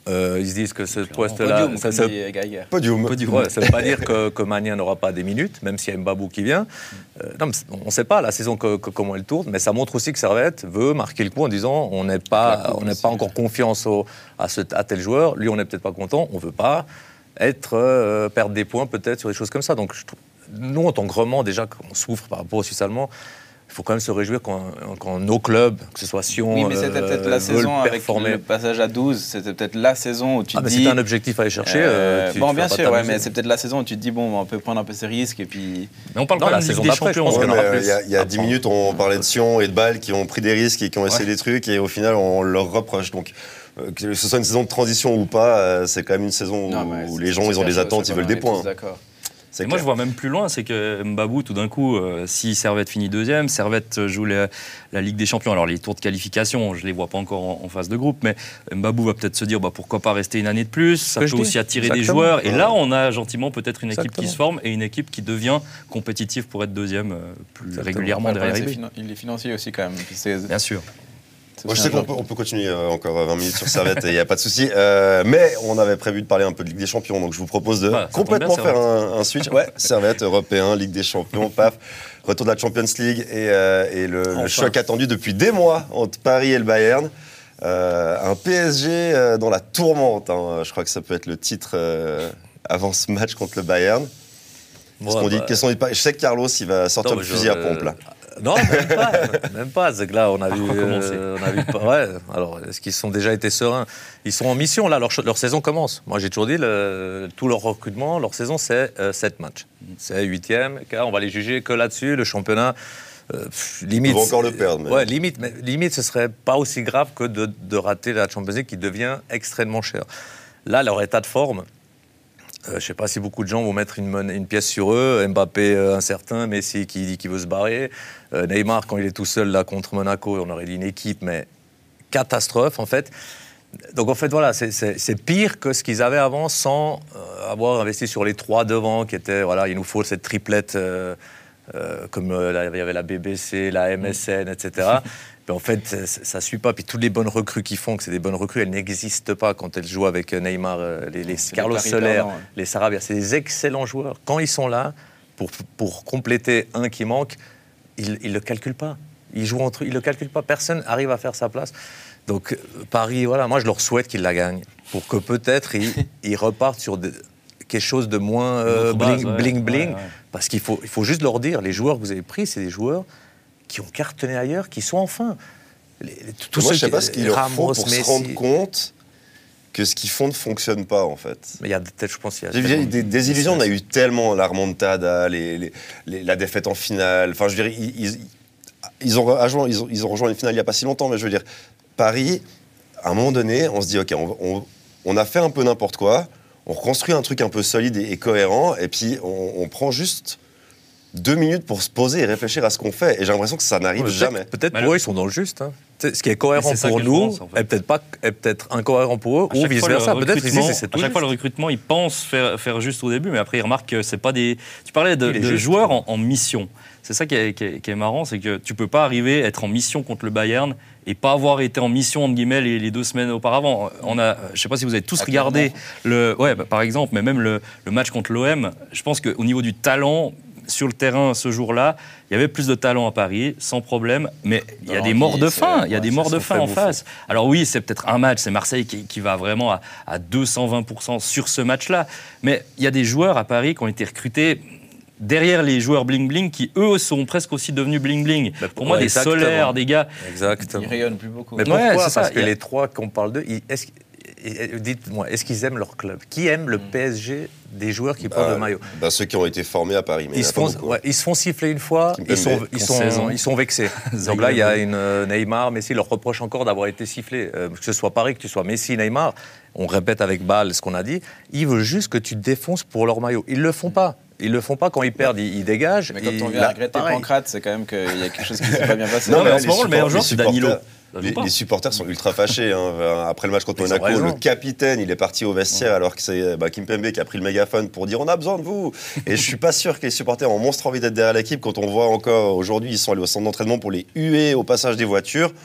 Speaker 3: Euh, ils se disent que ce poste-là...
Speaker 4: Podium, ça, ça...
Speaker 1: Podium.
Speaker 3: Podium. Ouais, ça ne veut pas dire que, que Maignan n'aura pas des minutes, même s'il y a Mbabou qui vient. Euh, non, on ne sait pas la saison que, que, comment elle tourne, mais ça montre aussi que Servette veut marquer le coup en disant on n'est pas, on n'est pas encore confiance au, à, ce, à tel joueur, lui on n'est peut-être pas content, on ne veut pas être, euh, perdre des points peut-être sur des choses comme ça. Donc je trouve, nous en tant que Romans, déjà qu'on souffre par rapport au Suisse allemand, il faut quand même se réjouir quand, quand nos clubs, que ce soit Sion,
Speaker 4: oui, mais c'était peut-être la saison avec le passage à douze, c'était peut-être la saison où tu
Speaker 3: ah,
Speaker 4: te
Speaker 3: mais
Speaker 4: dis...
Speaker 3: c'était un objectif à aller chercher. Euh,
Speaker 4: tu, bon, tu bien sûr, ouais, mais c'est peut-être la saison où tu te dis, bon, on peut prendre un peu ses risques et puis...
Speaker 2: Mais on parle pas de la saison des champions.
Speaker 1: Il y a, y a dix minutes, on parlait de Sion et de Bâle qui ont pris des risques et qui ont essayé ouais. des trucs et au final, on leur reproche. Donc, que ce soit une saison de transition ou pas, c'est quand même une saison non, où, où les gens, ils ont des attentes, ils veulent des points.
Speaker 4: D'accord.
Speaker 2: Et moi, je vois même plus loin, c'est que Mbabou, tout d'un coup, euh, si Servette finit deuxième, Servette joue la, la Ligue des Champions. Alors, les tours de qualification, je ne les vois pas encore en, en phase de groupe, mais Mbabou va peut-être se dire bah, pourquoi pas rester une année de plus. Ça peut aussi attirer Exactement. des joueurs. Et là, on a gentiment peut-être une équipe Exactement. qui se forme et une équipe qui devient compétitive pour être deuxième euh, plus Exactement. régulièrement derrière I B.
Speaker 4: Finan- il est financier aussi, quand même. C'est...
Speaker 2: Bien sûr.
Speaker 1: Moi, je sais qu'on peut, on peut continuer euh, encore vingt minutes sur Servette, il n'y a pas de souci. Euh, mais on avait prévu de parler un peu de Ligue des Champions, donc je vous propose de ouais, complètement bien, faire un, un switch. Ouais, Servette, européen, Ligue des Champions, paf, retour de la Champions League et, euh, et le, enfin. le choc attendu depuis des mois entre Paris et le Bayern. Euh, un P S G euh, dans la tourmente, hein. Je crois que ça peut être le titre euh, avant ce match contre le Bayern. Bon, qu'on bah, dit, sont, je sais que Carlos, il va sortir non, le fusil je, à pompe là.
Speaker 3: Non, même pas, même pas. C'est que là, on a vu, euh, on a vu ouais, alors, est-ce qu'ils ont déjà été sereins ? Ils sont en mission, là, leur, leur saison commence. Moi, j'ai toujours dit, le, tout leur recrutement, leur saison, c'est euh, sept matchs. C'est huitième, car on va les juger que là-dessus. Le championnat, euh, limite...
Speaker 1: Ils vont encore le perdre. Mais...
Speaker 3: Ouais, limite, mais, limite, ce serait pas aussi grave que de, de rater la Champions League qui devient extrêmement chère. Là, leur état de forme... Euh, je ne sais pas si beaucoup de gens vont mettre une, une pièce sur eux. Mbappé euh, incertain, Messi qui dit qu'il veut se barrer. Euh, Neymar, quand il est tout seul là contre Monaco, on aurait dit une équipe, mais catastrophe en fait. Donc en fait, voilà, c'est, c'est, c'est pire que ce qu'ils avaient avant sans euh, avoir investi sur les trois devant qui étaient, voilà, il nous faut cette triplette euh, euh, comme euh, là, il y avait la B B C, la M S N, et cetera. En fait, ça ne suit pas. Puis toutes les bonnes recrues qu'ils font, que c'est des bonnes recrues, elles n'existent pas quand elles jouent avec Neymar, les, les Carlos Soler, ouais. les Sarabia. C'est des excellents joueurs. Quand ils sont là, pour, pour compléter un qui manque, ils ne le calculent pas. Ils jouent entre eux, ils ne le calculent pas. Personne n'arrive à faire sa place. Donc Paris, voilà, moi je leur souhaite qu'ils la gagnent. Pour que peut-être ils, ils repartent sur de, quelque chose de moins euh, bling, base, bling, ouais. bling. Ouais, ouais. Parce qu'il faut, il faut juste leur dire, les joueurs que vous avez pris, c'est des joueurs qui ont cartonné ailleurs, qui sont enfin...
Speaker 1: Les, les, tous Moi, je ne sais pas ce qu'il leur faut pour Messi. se rendre compte que ce qu'ils font ne fonctionne pas, en fait.
Speaker 3: Mais il y a peut-être, je pense... Il y a
Speaker 1: des, des, des illusions, on a eu tellement la remontada, les, les, les, la défaite en finale... Enfin, je veux dire, ils, ils, ils, ont rejoint, ils, ont, ils ont rejoint une finale il n'y a pas si longtemps, mais je veux dire, Paris, à un moment donné, on se dit, OK, on, on, on a fait un peu n'importe quoi, on reconstruit un truc un peu solide et, et cohérent, et puis on, on prend juste... deux minutes pour se poser et réfléchir à ce qu'on fait. Et j'ai l'impression que ça n'arrive
Speaker 3: ouais,
Speaker 1: jamais.
Speaker 3: Peut-être pour eux, ils sont dans le juste. Hein. Ce qui est cohérent est pour nous pense, en fait. est, peut-être pas, est peut-être incohérent pour eux, ou vice-versa. Peut-être ici, c'est, c'est tout
Speaker 2: à chaque
Speaker 3: juste.
Speaker 2: fois, le recrutement, ils pensent faire, faire juste au début, mais après, ils remarquent que c'est pas des... Tu parlais de, de joueurs en, en mission. C'est ça qui est, qui, est, qui est marrant, c'est que tu peux pas arriver, être en mission contre le Bayern et pas avoir été en mission, entre guillemets, les, les deux semaines auparavant. On a, je sais pas si vous avez tous regardé, le, ouais, bah, par exemple, mais même le, le match contre l'O M, je pense qu'au niveau du talent... Sur le terrain, ce jour-là, il y avait plus de talent à Paris, sans problème, mais il y a des morts de faim, il y a des morts de faim en face. Alors oui, c'est peut-être un match, c'est Marseille qui, qui va vraiment à, à deux cent vingt pour cent sur ce match-là, mais il y a des joueurs à Paris qui ont été recrutés derrière les joueurs bling-bling, qui eux sont presque aussi devenus bling-bling. Bah, pour ouais, moi, des Solaires, des gars...
Speaker 3: Exactement.
Speaker 4: Ils rayonnent plus beaucoup.
Speaker 3: Mais pourquoi ?
Speaker 2: Ouais,
Speaker 3: Parce
Speaker 2: ça,
Speaker 3: que
Speaker 2: a...
Speaker 3: les trois qu'on parle d'eux, ils, est-ce, dites-moi, est-ce qu'ils aiment leur club ? Qui aime le P S G des joueurs qui bah, portent le maillot ?
Speaker 1: bah, Ceux qui ont été formés à Paris. Mais
Speaker 3: ils, se font, ouais, ils se font siffler une fois, ils sont, ils, sont, ils sont vexés. Donc là, il y a une euh, Neymar, Messi leur reproche encore d'avoir été sifflés. Euh, que ce soit Paris, que tu sois Messi, Neymar, on répète avec Bâle ce qu'on a dit, ils veulent juste que tu te défonces pour leur maillot. Ils ne le font pas. Ils le font pas, quand ils perdent, ils, ils dégagent.
Speaker 4: Mais quand
Speaker 3: ils,
Speaker 4: on vient là, regretter Pancrate, c'est quand même qu'il y a quelque chose qui ne s'est pas bien passé.
Speaker 1: Non, mais en ce moment, le meilleur joueur, c'est Danilo. Les, les supporters sont ultra fâchés. Hein. Après le match contre Monaco, le capitaine, il est parti au vestiaire alors que c'est bah, Kimpembe qui a pris le mégaphone pour dire on a besoin de vous. Et je suis pas sûr que les supporters ont monstre envie d'être derrière l'équipe quand on voit encore aujourd'hui, ils sont allés au centre d'entraînement pour les huer au passage des voitures.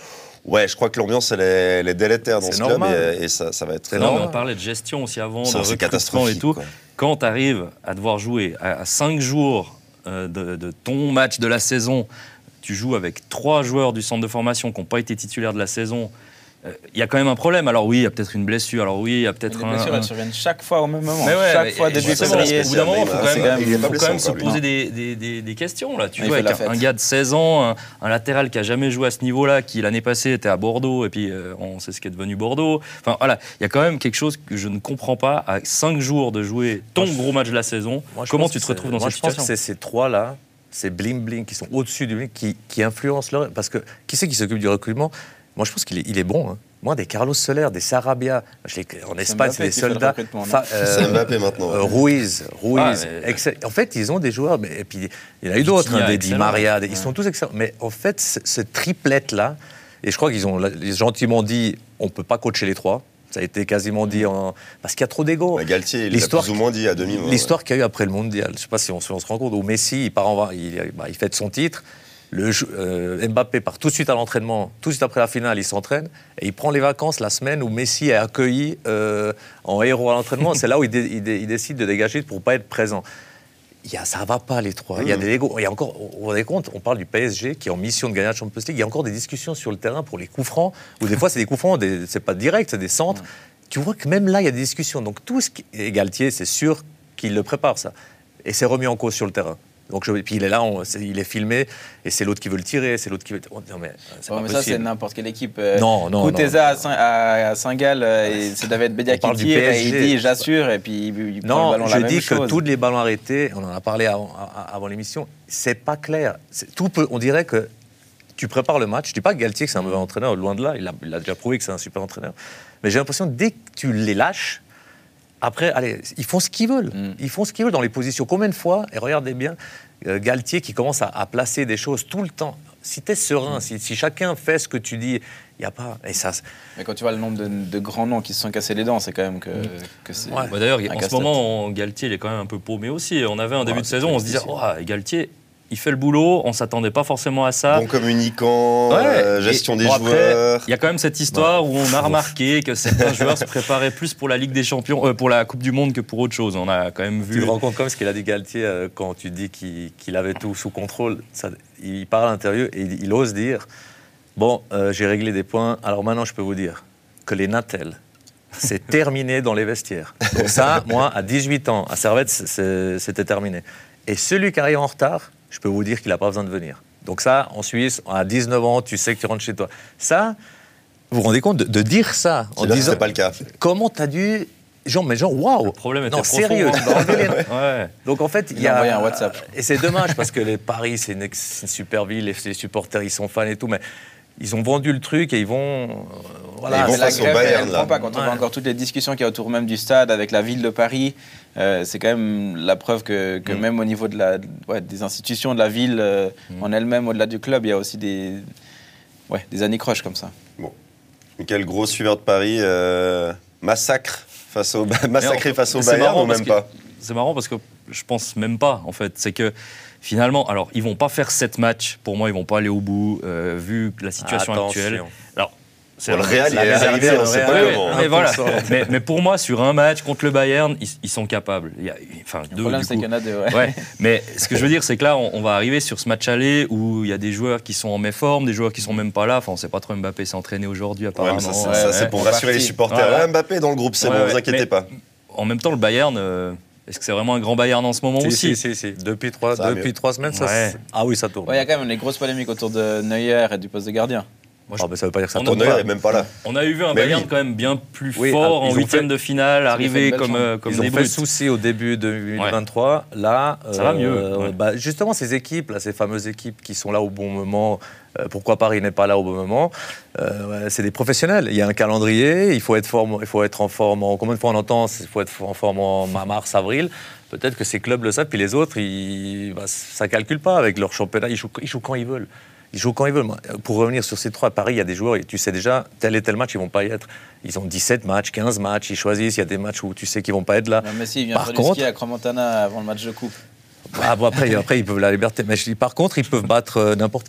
Speaker 1: Ouais, je crois que l'ambiance, elle est, elle est délétère dans
Speaker 3: c'est
Speaker 1: ce
Speaker 3: normal.
Speaker 1: club et, et ça, ça va être...
Speaker 2: Non, mais on parlait de gestion aussi avant,
Speaker 1: ça,
Speaker 2: de recrutement et tout.
Speaker 1: Quoi.
Speaker 2: Quand tu arrives à devoir jouer à cinq jours euh, de, de ton match de la saison, tu joues avec trois joueurs du centre de formation qui n'ont pas été titulaires de la saison, il y a quand même un problème. Alors oui, il y a peut-être une blessure. Alors oui, il y a peut-être
Speaker 4: les
Speaker 2: un...
Speaker 4: Les blessures,
Speaker 2: un...
Speaker 4: elles surviennent chaque fois au même moment.
Speaker 2: Mais ouais,
Speaker 4: chaque
Speaker 2: mais
Speaker 4: fois, début février.
Speaker 2: Au bout d'un moment, il faut quand même,
Speaker 1: il
Speaker 2: faut quand même se poser des, des, des, des questions. Là. Tu
Speaker 4: il
Speaker 2: vois, avec un, un gars de seize ans, un, un latéral qui n'a jamais joué à ce niveau-là, qui l'année passée était à Bordeaux, et puis euh, on sait ce qui est devenu Bordeaux. Enfin voilà, il y a quand même quelque chose que je ne comprends pas. À cinq jours de jouer ton moi, gros match de la saison, moi, comment tu te retrouves dans
Speaker 3: moi,
Speaker 2: cette situation?
Speaker 3: Je pense que c'est ces trois-là, ces bling-bling qui sont au-dessus du bling, qui, qui influencent leur... Parce que qui c'est qui s'occupe du recrutement? Moi, je pense qu'il est, il est bon. Hein. Moi, des Carlos Soler, des Sarabia, je les, en Espagne, c'est des soldats.
Speaker 1: Fa, euh, c'est Mbappé maintenant.
Speaker 3: Euh, Ruiz, Ruiz. Ah, mais... En fait, ils ont des joueurs, mais, et puis il y en a eu d'autres, hein, des Di Maria, des, ouais. Ils sont tous excellents. Mais en fait, ce, ce triplette-là, et je crois qu'ils ont gentiment dit, on ne peut pas coacher les trois. Ça a été quasiment dit en... Parce qu'il y a trop d'ego.
Speaker 1: Bah, Galtier, il l'a plus ou moins dit à demi.
Speaker 3: L'histoire
Speaker 1: ouais.
Speaker 3: qu'il y a eu après le Mondial, je ne sais pas si on, on se rend compte, où Messi, il, part en, il, bah, il fête son titre. Le, euh, Mbappé part tout de suite à l'entraînement, tout de suite après la finale, il s'entraîne et il prend les vacances la semaine où Messi est accueilli euh, en héros à l'entraînement. C'est là où il, dé, il, dé, il décide de dégager pour ne pas être présent. Il y a, ça ne va pas, les trois. Mmh. Il y a des égos. Il y a encore, vous vous rendez compte, on parle du P S G qui est en mission de gagner la Champions League. Il y a encore des discussions sur le terrain pour les coups francs, où des fois c'est des coups francs, des, c'est pas direct, c'est des centres. Mmh. Tu vois que même là, il y a des discussions. Donc tout ce qui... Et Galtier, c'est sûr qu'il le prépare, ça. Et c'est remis en cause sur le terrain. Donc je, puis il est là, on, c'est, il est filmé, et c'est l'autre qui veut le tirer, c'est l'autre qui veut. Oh, non mais, c'est
Speaker 4: ouais,
Speaker 3: pas
Speaker 4: mais
Speaker 3: possible.
Speaker 4: Ça c'est n'importe quelle équipe. Euh,
Speaker 3: non, non,
Speaker 4: Kouteza
Speaker 3: non.
Speaker 4: à, à Saint-Gall, euh, c'est David Bedia qui tire, et il dit j'assure, et puis il, il
Speaker 3: non,
Speaker 4: prend le ballon.
Speaker 3: Je
Speaker 4: la
Speaker 3: dis
Speaker 4: même
Speaker 3: que
Speaker 4: chose.
Speaker 3: tous les ballons arrêtés, on en a parlé avant, avant l'émission, c'est pas clair. C'est, tout peut, on dirait que tu prépares le match. Je dis pas que Galtier que c'est un mauvais entraîneur, loin de là, il a, il a déjà prouvé que c'est un super entraîneur. Mais j'ai l'impression que dès que tu les lâches, après, allez, ils font ce qu'ils veulent. Mm. Ils font ce qu'ils veulent dans les positions. Combien de fois, et regardez bien, euh, Galtier qui commence à, à placer des choses tout le temps. Si tu es serein, mm. si, si chacun fait ce que tu dis, il n'y a pas... Et ça,
Speaker 4: mais quand tu vois le nombre de, de grands noms qui se sont cassés les dents, c'est quand même que, mm. que c'est...
Speaker 2: Ouais. Bah d'ailleurs, en ce moment, Galtier, il est quand même un peu paumé aussi. On avait un début ouais, de saison, on se disait, oh, Galtier... Il fait le boulot, on ne s'attendait pas forcément à ça.
Speaker 1: Bon communicant, ouais. euh, gestion et des bon, joueurs.
Speaker 2: Il y a quand même cette histoire ouais. où on a remarqué que certains joueurs se préparaient plus pour la Ligue des Champions, euh, pour la Coupe du Monde que pour autre chose. On a quand même vu.
Speaker 3: Tu te rends compte comme ce qu'il a dit Galtier euh, quand tu dis qu'il, qu'il avait tout sous contrôle. Ça, il parle à l'intérieur et il, il ose dire bon, euh, j'ai réglé des points. Alors maintenant, je peux vous dire que les Natel, c'est terminé dans les vestiaires. Donc ça, moi, à dix-huit ans, à Servette, c'est, c'était terminé. Et celui qui arrive en retard, je peux vous dire qu'il n'a pas besoin de venir. Donc ça, en Suisse, à dix-neuf ans, tu sais que tu rentres chez toi. Ça, vous vous rendez compte de, de dire ça en
Speaker 1: c'est
Speaker 3: disant...
Speaker 1: C'est pas le cas.
Speaker 3: Comment t'as dû... Genre, mais genre, waouh.
Speaker 2: Le problème était
Speaker 3: non,
Speaker 2: profond,
Speaker 3: sérieux.
Speaker 2: Hein.
Speaker 3: Tu vas enlever les... ouais. Donc en fait, il y a...
Speaker 4: envoyé un WhatsApp.
Speaker 3: Et c'est dommage parce que les Paris, c'est une, c'est une super ville, les, les supporters, ils sont fans et tout, mais... Ils ont vendu le truc et ils vont... Euh,
Speaker 1: voilà, ils vont face au Bayern, là.
Speaker 4: Pas, quand on ouais. voit encore toutes les discussions qu'il y a autour même du stade avec la ville de Paris, euh, c'est quand même la preuve que, que mmh. même au niveau de la, ouais, des institutions de la ville euh, mmh. en elle-même, au-delà du club, il y a aussi des, ouais, des anicroches comme ça.
Speaker 1: Bon. Quel gros suiveur de Paris, euh, massacre face au, massacré on, face au Bayern ou même
Speaker 2: que,
Speaker 1: pas?
Speaker 2: C'est marrant parce que je pense même pas, en fait. C'est que finalement, alors, ils vont pas faire sept matchs. Pour moi, ils vont pas aller au bout, euh, vu la situation
Speaker 3: Attention.
Speaker 2: actuelle. Alors,
Speaker 1: c'est bon, le Real, il est arrivé, on sait pas comment.
Speaker 2: Mais voilà. mais, mais pour moi, sur un match contre le Bayern, ils, ils sont capables. Il y a, enfin,
Speaker 4: le
Speaker 2: deux,
Speaker 4: problème,
Speaker 2: du
Speaker 4: c'est
Speaker 2: coup.
Speaker 4: qu'il y en a deux. Ouais.
Speaker 2: Ouais. Mais ce que je veux dire, c'est que là, on, on va arriver sur ce match aller où il y a des joueurs qui sont en méforme, des joueurs qui sont même pas là. Enfin, on sait pas trop. Mbappé s'est entraîné aujourd'hui, apparemment.
Speaker 1: Ouais, ça, c'est, ouais, ça, ouais, c'est pour ouais, rassurer les supporters. Ouais, Mbappé dans le groupe, c'est ouais, bon, ouais, vous inquiétez mais, pas.
Speaker 2: En même temps, le Bayern. Euh, Est-ce que c'est vraiment un grand Bayern en ce moment
Speaker 3: si,
Speaker 2: aussi?
Speaker 3: Si, si, si. Depuis trois, depuis trois semaines, ça
Speaker 2: ouais.
Speaker 3: Ah oui, ça tourne.
Speaker 4: Il ouais, y a quand même des grosses polémiques autour de Neuer et du poste de gardien.
Speaker 3: Moi, je... ah, mais ça veut pas dire que ça
Speaker 1: tourne. Neuer n'est même pas là.
Speaker 2: On a eu vu un
Speaker 1: mais
Speaker 2: Bayern
Speaker 1: oui.
Speaker 2: quand même bien plus
Speaker 3: oui,
Speaker 2: fort
Speaker 3: ah,
Speaker 2: en huitième
Speaker 3: fait...
Speaker 2: de finale, arrivé comme, euh, comme
Speaker 3: ils
Speaker 2: des
Speaker 3: ont fait
Speaker 2: brutes.
Speaker 3: souci au début de deux mille vingt-trois. Ouais. Là,
Speaker 2: ça
Speaker 3: euh,
Speaker 2: va mieux. Ouais.
Speaker 3: Bah, justement, ces équipes, là, ces fameuses équipes qui sont là au bon moment. Euh, pourquoi Paris n'est pas là au bon moment euh, c'est des professionnels. Il y a un calendrier. Il faut être, forme, il faut être en forme. En, combien de fois on entend il faut être en forme en mars, avril. Peut-être que ces clubs le savent, puis les autres, ils, bah, ça ne calcule pas avec leur championnat. Ils jouent, ils jouent quand ils veulent. Ils jouent quand ils veulent. Pour revenir sur ces trois, à Paris, il y a des joueurs, et tu sais déjà, tel et tel match, ils ne vont pas y être. Ils ont dix-sept matchs, quinze matchs, ils choisissent. Il y a des matchs où tu sais qu'ils ne vont pas être là.
Speaker 4: Non, mais si, il vient par contre, skier à Crans-Montana avant le match de coupe.
Speaker 3: Ah, bon, après, après, ils peuvent la liberté. Mais je dis, par contre, ils peuvent battre euh, n'importe qui.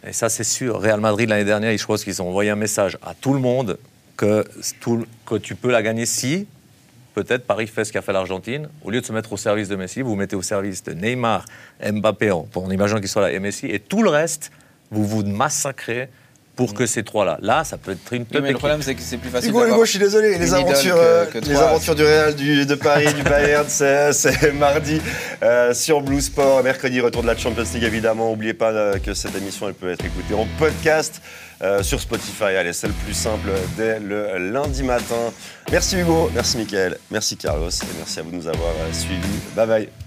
Speaker 3: Et ça, c'est sûr. Real Madrid, l'année dernière, je pense qu'ils ont envoyé un message à tout le monde que, tout, que tu peux la gagner si, peut-être, Paris fait ce qu'a fait l'Argentine. Au lieu de se mettre au service de Messi, vous vous mettez au service de Neymar, Mbappé, en, en imaginant qu'ils soient là, et Messi, et tout le reste, vous vous massacrez pour que ces trois-là. Là, ça peut être une
Speaker 4: oui, mais le problème, c'est que c'est plus facile.
Speaker 1: Hugo, Hugo, je suis désolé. Les aventures, que, que les aventures du Real, du, de Paris, du Bayern, c'est, c'est mardi euh, sur Blue Sport. Mercredi, retour de la Champions League, évidemment. N'oubliez pas euh, que cette émission, elle peut être écoutée en podcast euh, sur Spotify. Allez, c'est le plus simple dès le lundi matin. Merci Hugo, merci Mickaël, merci Carlos et merci à vous de nous avoir euh, suivis. Bye bye.